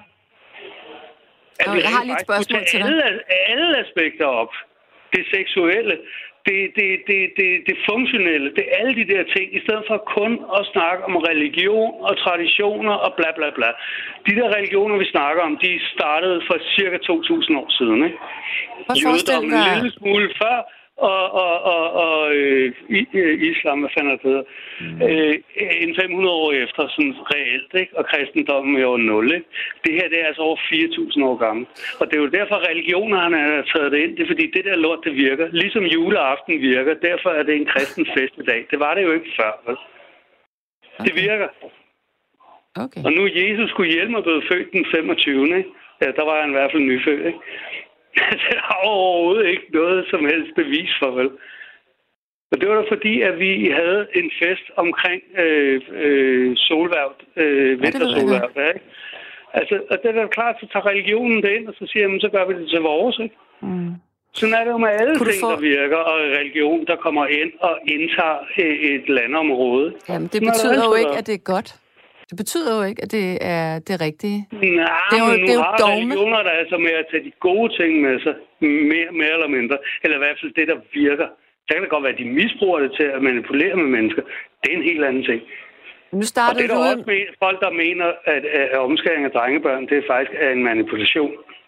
At vi jeg har lidt spørgsmål til dig. Alle, alle aspekter op. Det seksuelle, det, det, det, det, det funktionelle, det er alle de der ting, i stedet for kun at snakke om religion og traditioner og bla bla bla. De der religioner, vi snakker om, de startede for cirka to tusind år siden, ikke? Jødedommen en lille smule før, og, og, og, og øh, islam, hvad fanden det hedder, mm. øh, en fem hundrede år efter, sådan reelt, ikke? Og kristendommen er jo nul, ikke? Det her, det er altså over fire tusind år gammelt. Og det er jo derfor, religionerne har taget det ind. Det er fordi, det der lort, det virker. Ligesom juleaften virker. Derfor er det en kristen fest i dag. Det var det jo ikke før, vel? Okay. Det virker. Okay. Og nu Jesus skulle hjælpe mig blevet født den femogtyvende Ikke? Ja, der var han i hvert fald nyfødt, ikke? Det har overhovedet ikke noget som helst bevis for, vel? Og det var da fordi, at vi havde en fest omkring øh, øh, solværv, øh, vintersolværv, ja, ikke? Altså, og det er da klart, så tager religionen det ind, og så siger man, så gør vi det til vores, ikke? Mm. Sådan er det jo med alle ting, få... der virker, og religion, der kommer ind og indtager et landområde. Jamen, det betyder jo ikke, at det er godt. Det betyder jo ikke, at det er det rigtige. Nej, det er jo, men nu det er jo har dogme. religioner, der er så med at tage de gode ting med sig, mere, mere eller mindre. Eller i hvert fald det, der virker. Så kan det godt være, at de misbruger det til at manipulere med mennesker. Det er en helt anden ting. Nu startede og det er der du... også med, folk, der mener, at, at omskæring af drengebørn, det er faktisk er en manipulation.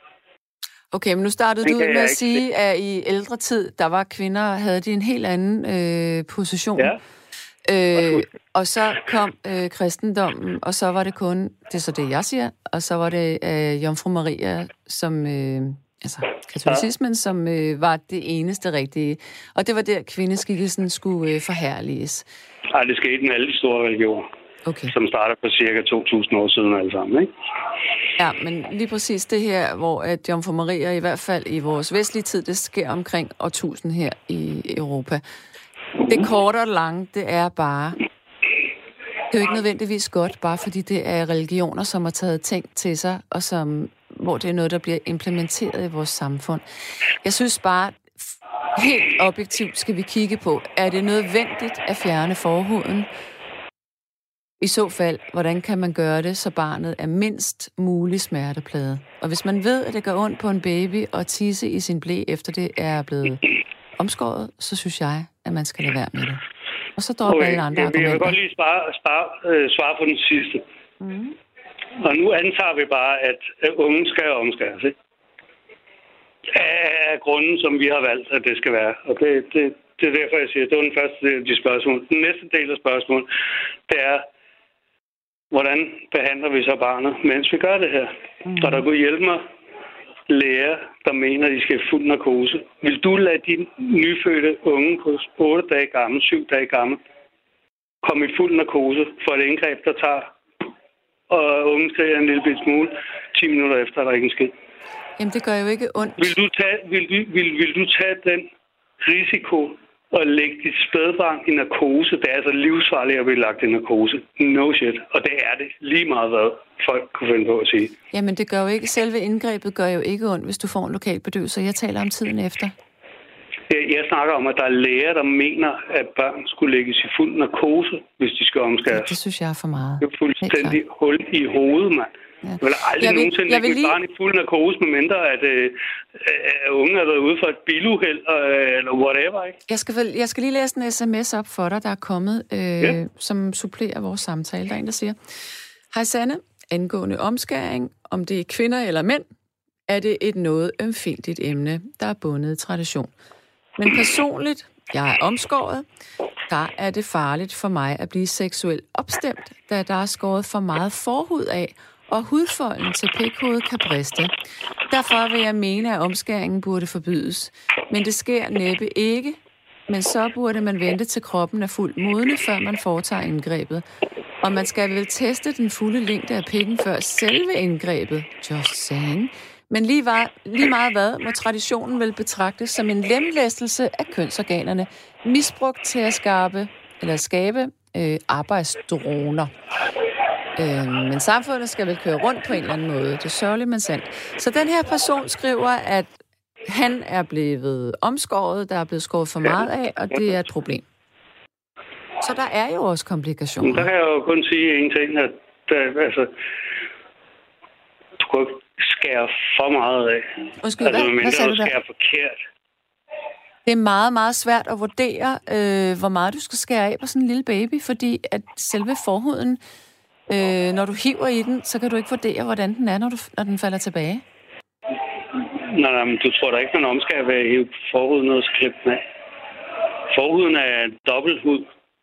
Okay, men nu startede du ud med at sige, at i ældre tid, der var kvinder, havde de en helt anden øh, position. Ja. Øh, og så kom øh, kristendommen, og så var det kun, det er så det, jeg siger, og så var det øh, Jomfru Maria, som, øh, altså katolicismen, ja. som øh, var det eneste rigtige. Og det var der, kvindeskikkelsen skulle øh, forherliges. Nej, det skete med alle de store religioner, okay. som starter på cirka to tusind år siden alle sammen, ikke? Ja, men lige præcis det her, hvor at Jomfru Maria, i hvert fald i vores vestlige tid, det sker omkring årtusind her i Europa. Det korte og lange, det er bare... Det er jo ikke nødvendigvis godt, bare fordi det er religioner, som har taget ting til sig, og som, hvor det er noget, der bliver implementeret i vores samfund. Jeg synes bare, helt objektivt skal vi kigge på, er det nødvendigt at fjerne forhuden? I så fald, hvordan kan man gøre det, så barnet er mindst mulig smerteplade? Og hvis man ved, at det gør ondt på en baby og tisse i sin blæ, efter det er blevet omskåret, så synes jeg, at man skal lade være med det. Og så dropper okay. alle andre argumenter. Jeg vil godt lige spare, spare, øh, svare på den sidste. Mm. Og nu antager vi bare, at unge skal omskæres, ikke? Af grunden, som vi har valgt, at det skal være. Og det, det, det er derfor, jeg siger, det var den første del af de spørgsmål. Den næste del af spørgsmål, det er, hvordan behandler vi så barnet, mens vi gør det her? Mm. Og der kunne hjælpe mig læger, der mener, at de skal i fuld narkose. Vil du lade din nyfødte unge på otte dage gammel, syv dage gammel, komme i fuld narkose for et indgreb, der tager, og ungen skriger en lille bit smule, ti minutter efter, er der ikke en skid? Jamen, det gør jo ikke ondt. Vil du tage, vil, vil, vil du tage den risiko og lægge dit spædbarn i narkose? Det er altså livsfarligt at blive lagt i narkose. No shit. Og det er det lige meget, hvad folk kunne finde på at sige. Jamen, det gør jo ikke. Selve indgrebet gør jo ikke ondt, hvis du får en lokal bedøvelse. Jeg taler om tiden efter. Jeg, jeg snakker om, at der er læger, der mener, at børn skulle lægges i fuld narkose, hvis de skal omskæres. Det, det synes jeg er for meget. Det er fuldstændig hul i hovedet, mand. Ja. Jeg vil aldrig jeg vil, nogensinde lægge mit lige... barn i fuld narkose, med mindre at, øh, at unge har været ude for et biluheld, øh, eller whatever, ikke? Jeg skal, jeg skal lige læse en sms op for dig, der er kommet, øh, ja. som supplerer vores samtale. Der er en, der siger, hej Sanne, angående omskæring, om det er kvinder eller mænd, er det et noget ømfindtligt emne, der er bundet i tradition. Men personligt, jeg er omskåret, der er det farligt for mig at blive seksuelt opstemt, da der er skåret for meget forhud af, og hudfolden til pikhovedet kan briste. Derfor vil jeg mene, at omskæringen burde forbydes. Men det sker næppe ikke, men så burde man vente til kroppen er fuldt modne, før man foretager indgrebet. Og man skal vel teste den fulde længde af pikken før selve indgrebet. Just saying. Men lige, var, lige meget hvad, må traditionen vel betragtes som en lemlæstelse af kønsorganerne, misbrugt til at skabe, eller skabe øh, arbejdsdroner. Øh, men samfundet skal vel køre rundt på en eller anden måde. Det er sørgeligt, men sandt. Så den her person skriver, at han er blevet omskåret, der er blevet skåret for meget af, og det er et problem. Så der er jo også komplikationer. Der kan jeg jo kun sige en ting, at der, altså, du kan ikke skære for meget af. Undskyld, altså, hvad? Hvad sagde du der? Skære forkert. Det er meget, meget svært at vurdere, øh, hvor meget du skal skære af på sådan en lille baby, fordi at selve forhuden, øh, når du hiver i den, så kan du ikke vurdere, hvordan den er, når, du, når den falder tilbage. Nej, nej, men du tror da ikke, man omskærer ved at hive forhuden og klippe den af. Forhuden er dobbelthud.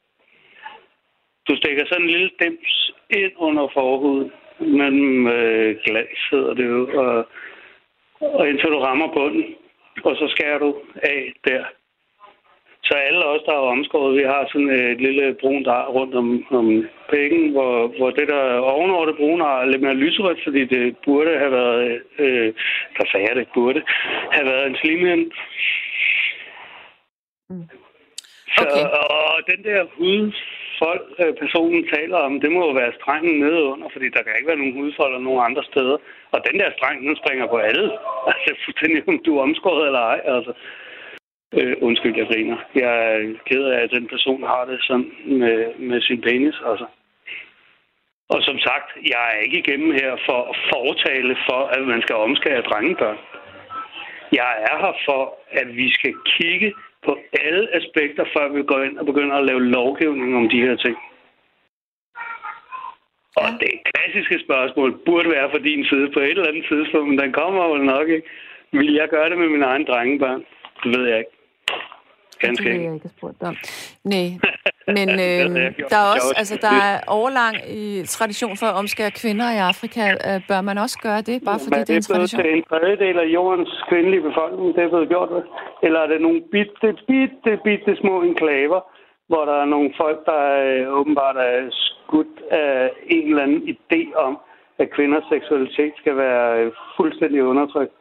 Du stikker sådan en lille dims ind under forhuden, mellem øh, glas, hedder det jo, og, og indtil du rammer bunden, og så skærer du af der. Så alle os, der er omskåret, vi har sådan et lille brunt ar rundt om, om pækken, hvor, hvor det der ovenover det brune ar er lidt mere lyserødt, fordi det burde have været, øh, der sagde jeg det, burde have været en slimhinde. Mm. Okay. Så, og den der hudfold, øh, personen taler om, det må jo være strengen nede under, fordi der kan ikke være nogen hudfolder nogen andre steder. Og den der streng, den springer på alle. Altså, fuldstændig om du er omskåret eller ej, altså. Øh, undskyld, jeg griner. Jeg er ked af, at den person har det sådan med, med sin penis, altså. Og som sagt, jeg er ikke igennem her for at fortale for, at man skal omskære drengebørn. Jeg er her for, at vi skal kigge på alle aspekter, før vi går ind og begynder at lave lovgivning om de her ting. Og det klassiske spørgsmål burde være for din side på et eller andet tidspunkt, men den kommer jo nok ikke. Vil jeg gøre det med mine egne drengebørn? Det ved jeg ikke. Ganske det har jeg ikke spurgt om. Nej, men øh, der er også, altså der er overlang i tradition for at omskære kvinder i Afrika. Øh, bør man også gøre det, bare fordi det er en tradition? Er det en tredjedel af jordens kvindelige befolkning, det er blevet gjort det? Eller er det nogle bitte, bitte, bitte små enklaver, hvor der er nogle folk, der øh, åbenbart er skudt af en eller anden idé om, at kvinders seksualitet skal være øh, fuldstændig undertrykt?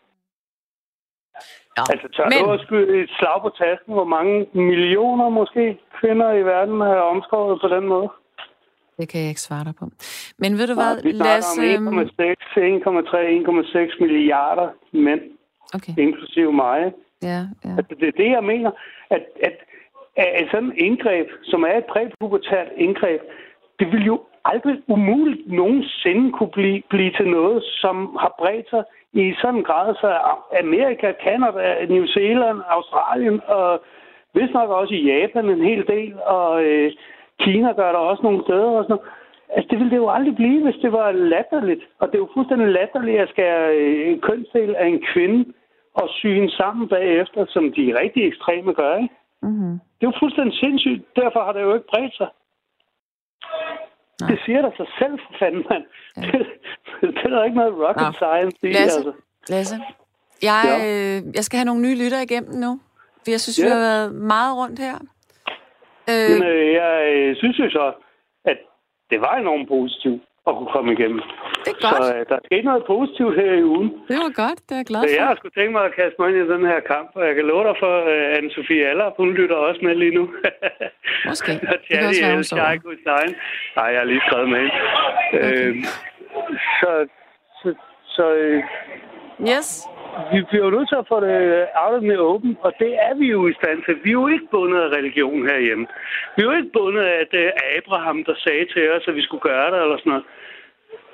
Ja. Altså, tør men... du at skyde et slag på tasken, hvor mange millioner måske kvinder i verden er omskåret på den måde? Det kan jeg ikke svare dig på. Men ved du hvad, ja, vi lad os... en komma seks, en komma tre, en komma seks milliarder mænd, okay. Inklusive mig. Ja, ja. Altså, det er det, jeg mener, at, at, at sådan et indgreb, som er et præpubertært indgreb, det vil jo aldrig umuligt nogensinde kunne blive, blive til noget, som har bredt sig i sådan en grad, så Amerika, Canada, New Zealand, Australien og vist nok også i Japan en hel del, og øh, Kina gør der også nogle steder og sådan noget. Altså, det ville det jo aldrig blive, hvis det var latterligt. Og det er jo fuldstændig latterligt at skære en kønsdel af en kvinde og sy hende sammen bagefter, som de rigtig ekstreme gør, ikke? Mm-hmm. Det er jo fuldstændig sindssygt. Derfor har det jo ikke bredt sig. Nej. Det siger der sig selv, for fanden, mand. Ja. Det, det er der ikke noget rocket Nå. Science i. Lasse, altså. Lasse. Jeg, ja. øh, jeg skal have nogle nye lytter igennem nu. For jeg synes, ja. vi har været meget rundt her. Øh... Men øh, jeg øh, synes jo så, at det var enormt positivt at kunne komme igennem. Det er godt. Så øh, der skete noget positivt her i ugen. Det var godt, det er jeg glad for. Så jeg har sgu tænkt mig at kaste mig ind i den her kamp, og jeg kan love dig for, at uh, Anne-Sophie Allerup, hun lytter også med lige nu. Måske. Og det kan også være, hun sover. Nej, jeg har lige skrevet med hende. Okay. Øh, så... så, så øh, yes. Vi bliver jo nødt til at få det out of the open, og det er vi jo i stand til. Vi er jo ikke bundet af religion herhjemme. Vi er jo ikke bundet af, at det er Abraham, der sagde til os, at vi skulle gøre det, eller sådan noget.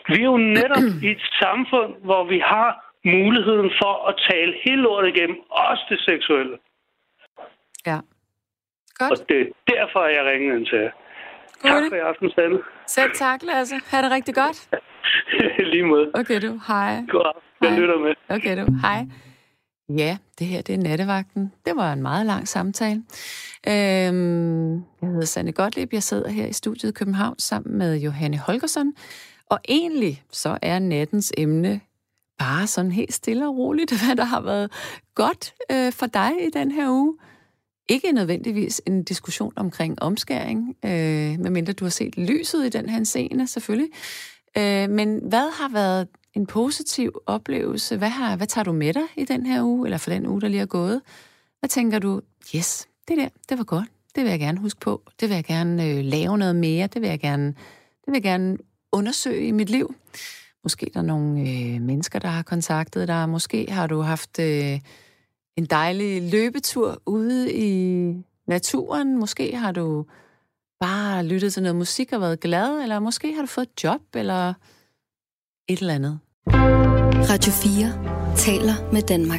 Vi er jo netop i et samfund, hvor vi har muligheden for at tale hele lortet igennem, også det seksuelle. Ja. Godt. Og det er derfor, jeg ringede ind til jer. God. Tak for i aften, Sanne. Selv tak, Lasse. Ha' det rigtig godt. Lige måde. Okay, du. Hej. God aften. Jeg Hej. lytter med. Okay, du. Hej. Ja, det her, det er Nattevagten. Det var en meget lang samtale. Øhm, jeg hedder Sanne Gottlieb. Jeg sidder her i studiet i København sammen med Johanne Holgersson. Og egentlig så er nattens emne bare sådan helt stille og roligt, hvad der har været godt øh, for dig i den her uge. Ikke nødvendigvis en diskussion omkring omskæring, øh, medmindre du har set lyset i den her scene, selvfølgelig. Øh, men hvad har været en positiv oplevelse? Hvad, har, hvad tager du med dig i den her uge, eller for den uge, der lige er gået? Hvad tænker du, yes, det der, det var godt. Det vil jeg gerne huske på. Det vil jeg gerne øh, lave noget mere. Det vil jeg gerne, det vil jeg gerne undersøge i mit liv. Måske der er nogle øh, mennesker, der har kontaktet dig. Måske har du haft øh, en dejlig løbetur ude i naturen. Måske har du bare lyttet til noget musik og været glad. Eller måske har du fået et job, eller et eller andet. Radio fire taler med Danmark.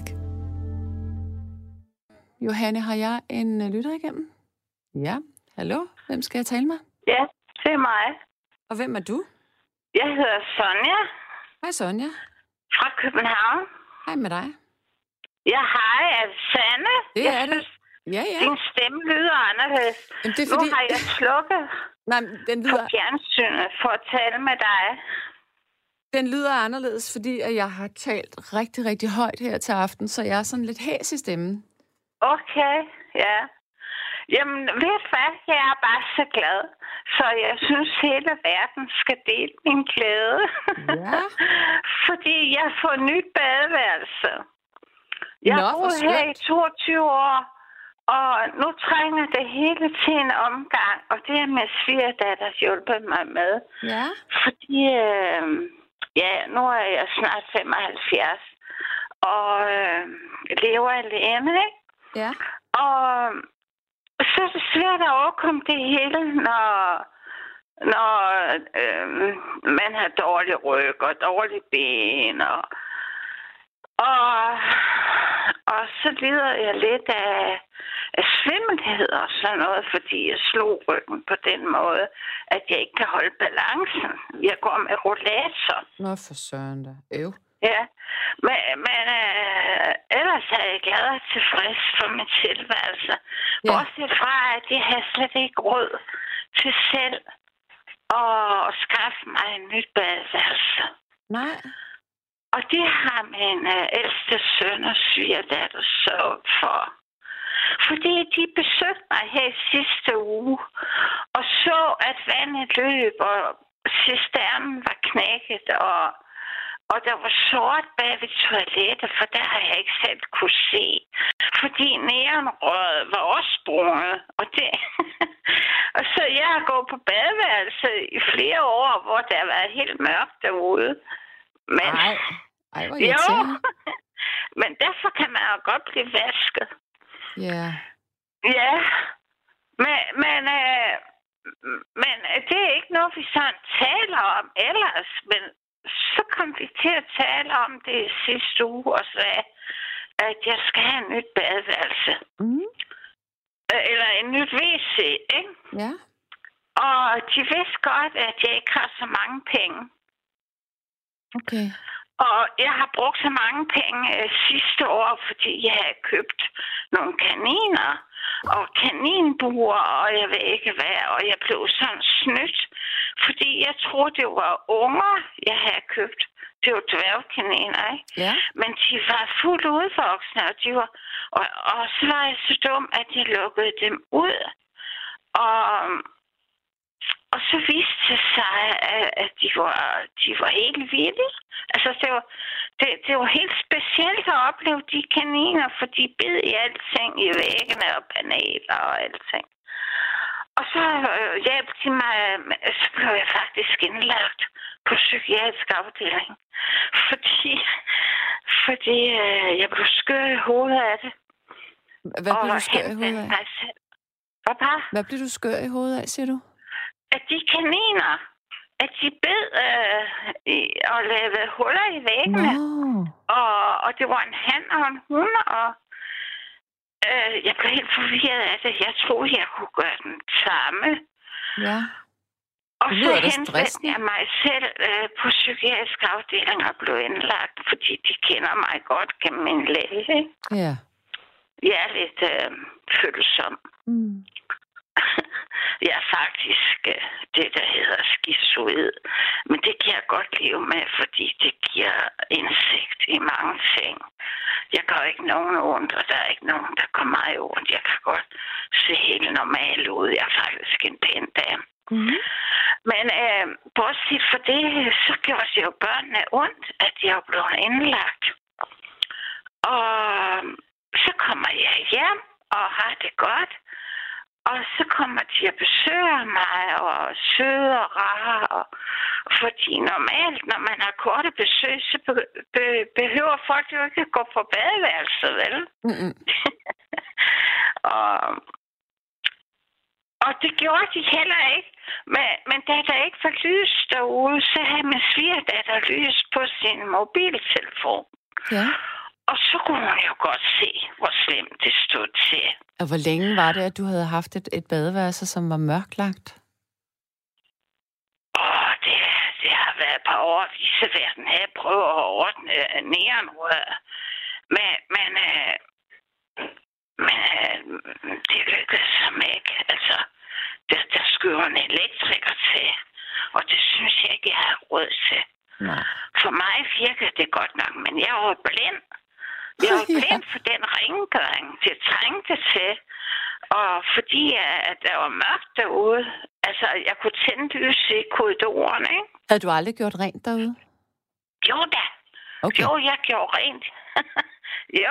Johanne, har jeg en uh, lytter igennem? Ja, hallo? Hvem skal jeg tale med? Ja, det er mig. Og hvem er du? Jeg hedder Sonja. Hej Sonja. Fra København. Hej med dig. Ja, hej, er det Sanne? Det jeg er synes, det. Ja, ja. Din stemme lyder anderledes. Jamen, det er fordi... Nu har jeg slukket Nej, den lyder... på fjernsynet for at tale med dig. Den lyder anderledes, fordi at jeg har talt rigtig, rigtig højt her til aften, så jeg er sådan lidt hæs i stemmen. Okay, ja. Jamen, ved du hvad? Jeg er bare så glad. Så jeg synes, hele verden skal dele min glæde. Ja. Fordi jeg får nyt badeværelse. Jeg Nå, har hvor boet her i skønt. toogtyve år, og nu trænger det hele til en omgang, og det er min svigerdatter hjulpet mig med. Ja. Fordi, øh, ja, nu er jeg snart femoghalvfjerds, og øh, lever alene, ikke? Ja. Og så er det svært at overkomme det hele, når, når øh, man har dårlig ryg og dårlig ben. Og, og, og så lider jeg lidt af, af svimmelhed og sådan noget, fordi jeg slog ryggen på den måde, at jeg ikke kan holde balancen. Jeg går med rollator. Nå, for søren da. Øv. Ja, men, men øh, ellers er jeg glad og tilfreds for min tilværelse. Ja. Bortset fra, at jeg har slet ikke råd til selv at skaffe mig en nyt badeværelse. Nej. Og det har min øh, ældste søn og svigerdatter sørget for. Fordi de besøgte mig her i sidste uge og så, at vandet løb, og cisternen var knækket, og Og der var sort bag ved toilettet, for der har jeg ikke selv kunne se. Fordi neonrøret var også sprunget. Og, det og så jeg har gået på badeværelse i flere år, hvor der har været helt mørkt derude. Men, Ej, Ej hvor jo, irriterende. men derfor kan man jo godt blive vasket. Ja. Ja, men, men, øh, men det er ikke noget, vi sådan taler om ellers, men så kom vi til at tale om det sidste uge og sagde, at jeg skal have en nyt badeværelse. Mm. Eller en nyt W C, ikke? Ja. Og de vidste godt, at jeg ikke har så mange penge. Okay. Og jeg har brugt så mange penge øh, sidste år, fordi jeg har købt nogle kaniner og kaninbuer, og jeg ved ikke hvad, og jeg blev sådan snydt, fordi jeg troede, det var unger, jeg havde købt. Det var dværgkaniner, ikke? Ja. Men de var fuldt udvoksne, og, de var, og, og så var jeg så dum, at jeg lukkede dem ud. Og, og så viste det sig, at, at de, var, de var helt vilde. Altså, det var, det, det var helt specielt at opleve de kaniner, for de bed i alting, i væggene og paneler og alting. Og så øh, hjalp de mig, så blev jeg faktisk indlagt på psykiatrisk afdeling. Fordi, fordi øh, jeg blev skør i hovedet af det. Hvad blev du skør i hovedet af? Hvad, Hvad blev du skør i hovedet af, siger du? At de kaniner, at de bed øh, i, og lavede huller i væggene. No. Og, og det var en han og en hun, og øh, jeg blev helt forvirret af det. Jeg troede, jeg kunne gøre den samme. Ja. Og Det så lyder da henvendte stressende. jeg mig selv øh, på psykiatrisk afdeling og blev indlagt, fordi de kender mig godt gennem min læge. Ikke? Ja. Jeg er lidt øh, følsom. Mm. Jeg er faktisk øh, det, der hedder skizoid. Men det kan jeg godt leve med, fordi det giver indsigt i mange ting. Jeg gør ikke nogen ondt, og der er ikke nogen, der gør mig ondt. Jeg kan godt se helt normal ud. Jeg er faktisk en pæn dame. Mm. Men øh, bortset for det, så gjorde det jo børnene ondt, at de er blevet indlagt. Og så kommer jeg hjem og har det godt. Og så kommer de og besøger mig og søde og rare. Og fordi normalt, når man har korte besøg, så be- be- behøver folk jo ikke at gå på badeværelset, vel? Mm-mm. og, og det gjorde de heller ikke. Men, men da der ikke var lys derude, så havde min svigerdatter lys på sin mobiltelefon. Ja. Og så kunne hun jo godt se, hvor slemt det stod til. Og hvor længe var det, at du havde haft et, et badeværelse, som var mørklagt? Åh, det, det har været et par år, at verden havde prøvet at ordne neonrør. Men, men, øh, men øh, det lykkedes som ikke. Altså, der, der skulle en elektriker til, og det synes jeg ikke, jeg har råd til. Nej. For mig virker det godt nok, men jeg var blind. Jeg var blind for den rengøring, det trængte til. Og fordi at der var mørkt derude, altså jeg kunne tænde lys i korridoren, ikke? Havde du aldrig gjort rent derude? Jo da. Okay. Jo, jeg gjorde rent. jo.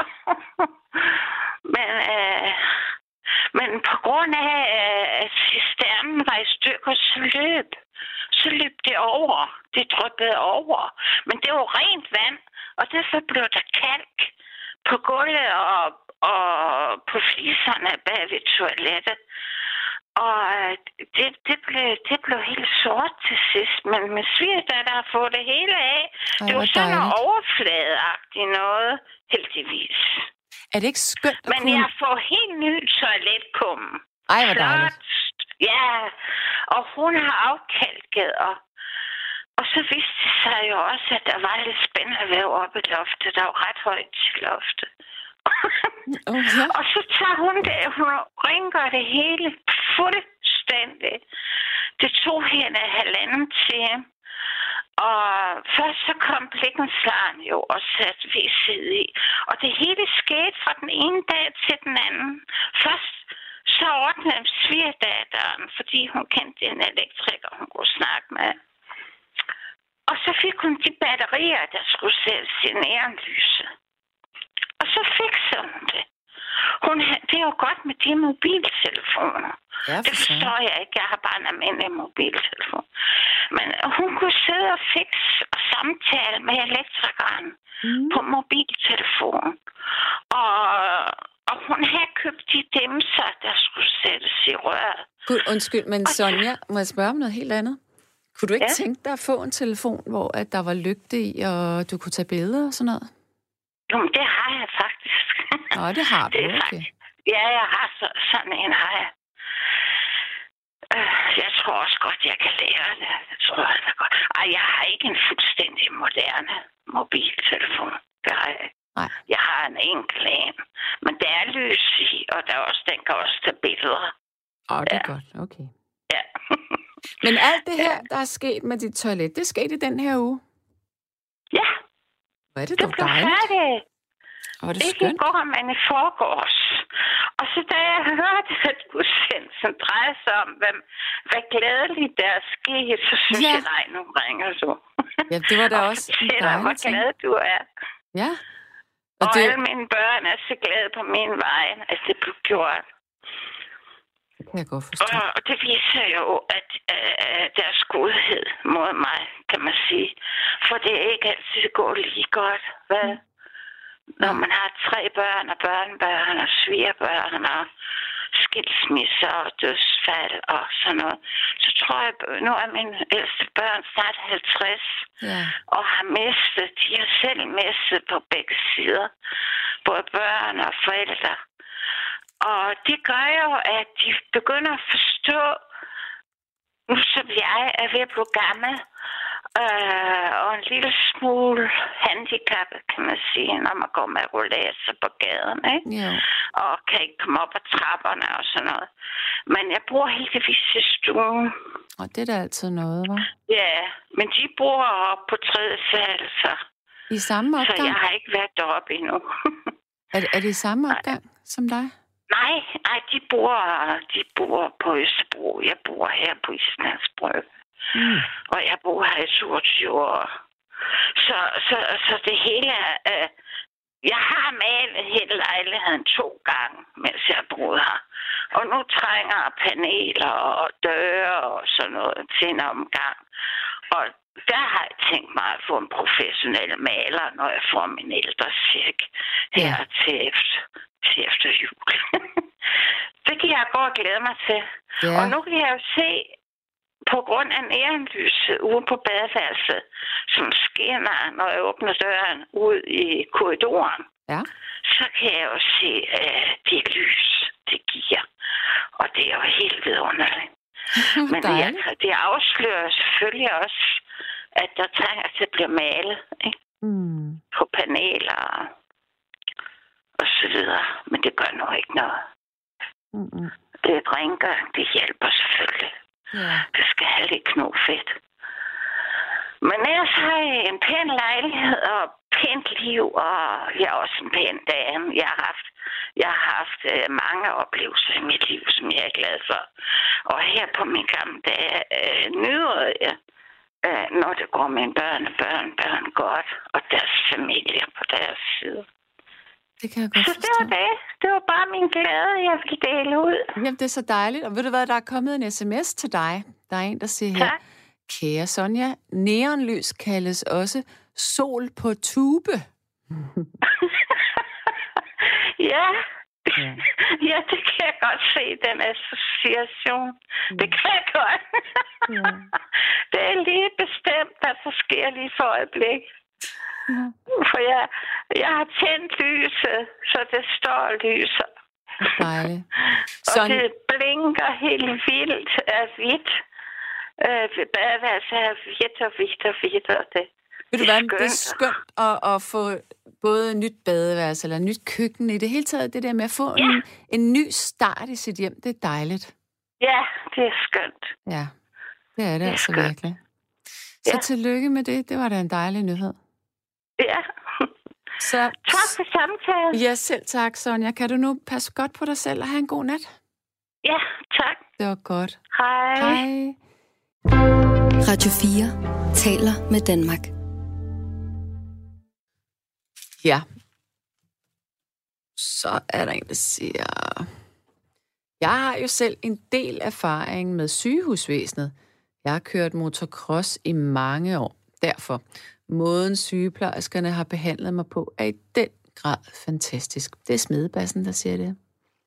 men, øh, men på grund af, at cisternen var i stykker, så løb. Så løb det over. Det dryppede over. Men det var rent vand, og derfor blev der kalk på gulvet og, og på fliserne bag ved toilettet. Og det, det, blev, det blev helt sort til sidst, men min svigerdatter har fået det hele af. Ej, det var sådan dejligt. noget overfladeagtigt noget, heldigvis. Er det ikke skønt at Men kunne... jeg får helt ny toiletkumme. Ej, hvor dejligt. Ja, og hun har afkalket, og, og så viste det sig jo også, at der var lidt spændende væv oppe i loftet. Der var ret højt til loftet. Okay. Og så tager hun det, hun rengør det hele fuldstændig. Det tog hende halvanden time. Og først så kom blikkenslaren jo og satte viset i. Og det hele skete fra den ene dag til den anden. Først så ordnede svigerdatteren, fordi hun kendte en elektriker, hun kunne snakke med. Og så fik hun de batterier, der skulle sættes i neonlyset. Og så fikser hun det. Hun, det er jo godt med de mobiltelefoner. Ja, det forstår jeg ikke. Jeg har bare en almindelig mobiltelefon. Men hun kunne sidde og fikse og samtale med elektrikeren mm. på mobiltelefon. Og, og hun havde købt de dimser, der skulle sættes i røret. Gud, undskyld, men Sonja, må jeg spørge om noget helt andet? Kunne du ikke ja? tænke dig at få en telefon, hvor at der var lygte i, og du kunne tage billeder og sådan noget? Jo, men det har jeg faktisk. Nå, det har du, det okay. Faktisk, ja, jeg har så, sådan en, har jeg. Øh, jeg tror også godt, jeg kan lære det. Jeg tror, jeg kan godt. Ej, jeg har ikke en fuldstændig moderne mobiltelefon. Det har jeg ikke. Nej. Jeg har en enkelt en. Men der er lys i, og der er også, den kan også tage billeder. Åh, det er ja. godt. Okay. Ja. Men alt det her, der er sket med dit toilet, det skete i den her uge? Ja. Hvor er det, det dog blev dejligt? færdigt. Hvor er det Ikke skønt. i går, men i forgårs. Og så da jeg hørte, at udsendelsen drejer sig om, hvad, hvad glædeligt der er sket, så synes ja. jeg, nej, nu ringer du. Ja, det var da og også en fortæller, dejlig hvor ting. glad du er. Ja. Og, Og og det... alle mine børn er så glade på min vej, at det blev gjort. Det kan jeg godt forstå. Og, og det viser jo, at øh, deres godhed mod mig, kan man sige. For det er ikke altid går lige godt, hvad? Mm. Når man har tre børn og børnebørn og svigerbørn og skilsmisser og dødsfald og sådan noget, så tror jeg, nu er mine ældste børn snart halvtreds, ja. og har mistet, de har selv mistet på begge sider, både børn og forældre. Og det gør jo, at de begynder at forstå, nu som jeg er ved at blive gammel, øh, og en lille smule handicappet, kan man sige, når man går med rollator på gaden, ikke? Ja. Og kan ikke komme op ad trapperne og sådan noget. Men jeg bor heldigvis i stuen. Og det er da altid noget, hva'? Ja, men de bor op på tredje sal, så... I samme opgang? Så jeg har ikke været deroppe endnu. er, er det i samme opgang nej. Som dig? Nej, nej, de bor, de bor på Østerbro. Jeg bor her på Islands Brygge. Mm. Og jeg bor her i toogtyve år. Så, så, så det hele er... Øh, jeg har malet hele lejligheden to gange, mens jeg boede her. Og nu trænger paneler og døre og sådan noget til en omgang. Og der har jeg tænkt mig at få en professionel maler, når jeg får min ældre cirk her ja. til, efter, til efter jul. Det kan jeg godt glæde mig til. Ja. Og nu kan jeg jo se, på grund af neonlyset ude på badeværelset, som skinner, når jeg åbner døren ud i korridoren, ja. Så kan jeg jo se, at det lys, det giver. Og det er jo helt vidunderligt. Men jeg, det afslører selvfølgelig også, at der trænger til at blive malet, ikke? Mm. På paneler og så videre. Men det gør nu ikke noget. Mm-mm. Det er rengøring, det hjælper selvfølgelig. Yeah. Det skal have lidt knofedt. Men ellers har jeg en pæn lejlighed og pænt liv, og jeg er også en pæn dame. Jeg har haft, jeg har haft uh, mange oplevelser i mit liv, som jeg er glad for. Og her på min gamle dage uh, nyder jeg, uh, når det går mine børn og børn, børn godt, og deres familie på deres side. Det kan jeg godt så forstå. det var det. Det var bare min glæde, jeg ville dele ud. Jamen, det er så dejligt. Og ved du hvad, der er kommet en sms til dig. Der er en, der siger her, kære Sonja, neonlys kaldes også sol på tube. ja. ja. Ja, det kan jeg godt se, den association. Mm. Det kan jeg godt. ja. Det er lige bestemt, hvad der sker lige for øjeblik. Ja. For jeg, jeg har tændt lyset, så det står og lyser. Dejligt. og det blinker helt vildt af hvidt. Øh, badeværelset er hvidt og hvidt og hvidt. Og det, Ved du hvad, det er skønt at, at få både nyt badeværelse eller nyt køkken. I det hele taget, det der med at få ja. en, en ny start i sit hjem, det er dejligt. Ja, det er skønt. Ja, det er det, det er altså skønt. Virkelig. Så ja. Tillykke med det. Det var da en dejlig nyhed. Ja. Så, tak for samtalen. Ja, selv tak, Sonja. Kan du nu passe godt på dig selv og have en god nat? Ja, tak. Det var godt. Hej. Hej. Radio fire taler med Danmark. Ja. Så er der en, der siger... Jeg har jo selv en del erfaring med sygehusvæsenet. Jeg har kørt motocross i mange år. Derfor... Måden sygeplejerskerne har behandlet mig på, er i den grad fantastisk. Det er Smedebassen, der siger det.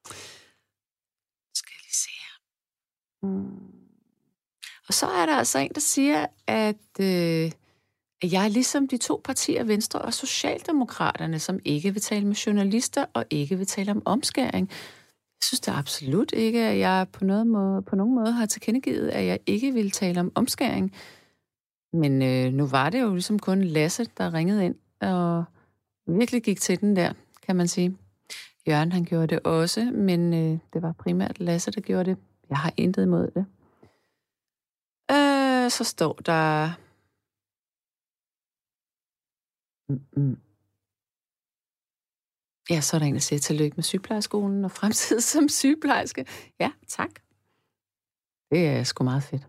Skal jeg lige se her. Hmm. Og så er der altså en, der siger, at, øh, at jeg er ligesom de to partier, Venstre og Socialdemokraterne, som ikke vil tale med journalister og ikke vil tale om omskæring. Jeg synes da absolut ikke, at jeg på, noget måde, på nogen måde har tilkendegivet, at jeg ikke vil tale om omskæring. Men øh, nu var det jo ligesom kun Lasse, der ringede ind og virkelig gik til den der, kan man sige. Jørgen, han gjorde det også, men øh, det var primært Lasse, der gjorde det. Jeg har intet imod det. Øh, så står der... Mm-mm. Ja, så er der en, der siger tillykke med sygeplejerskolen og fremtid som sygeplejerske. Ja, tak. Det er sgu meget fedt.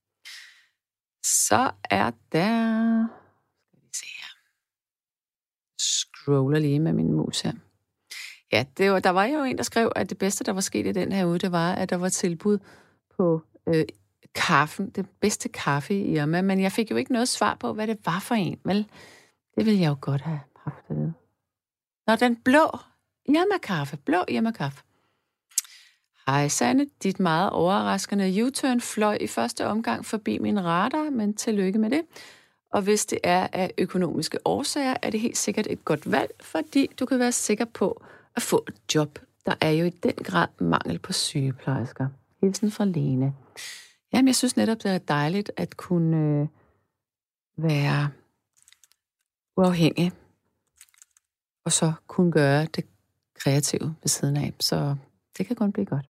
Så er der... Skal vi se her. Scroller lige med min mus her. Ja, det var, der var jo en, der skrev, at det bedste, der var sket i den her uge, det var, at der var tilbud på øh, kaffen. Det bedste kaffe i Irma. Men jeg fik jo ikke noget svar på, hvad det var for en. Vel, det ville jeg jo godt have haft at vide. Nå, den blå Irma-kaffe. Blå Irma-kaffe. Hej Sanne, dit meget overraskende U-turn fløj i første omgang forbi min radar, men tillykke med det. Og hvis det er af økonomiske årsager, er det helt sikkert et godt valg, fordi du kan være sikker på at få et job. Der er jo i den grad mangel på sygeplejersker. Hilsen fra Lene. Jamen, jeg synes netop, det er dejligt at kunne øh, være uafhængig, og så kunne gøre det kreative ved siden af. Så det kan kun blive godt.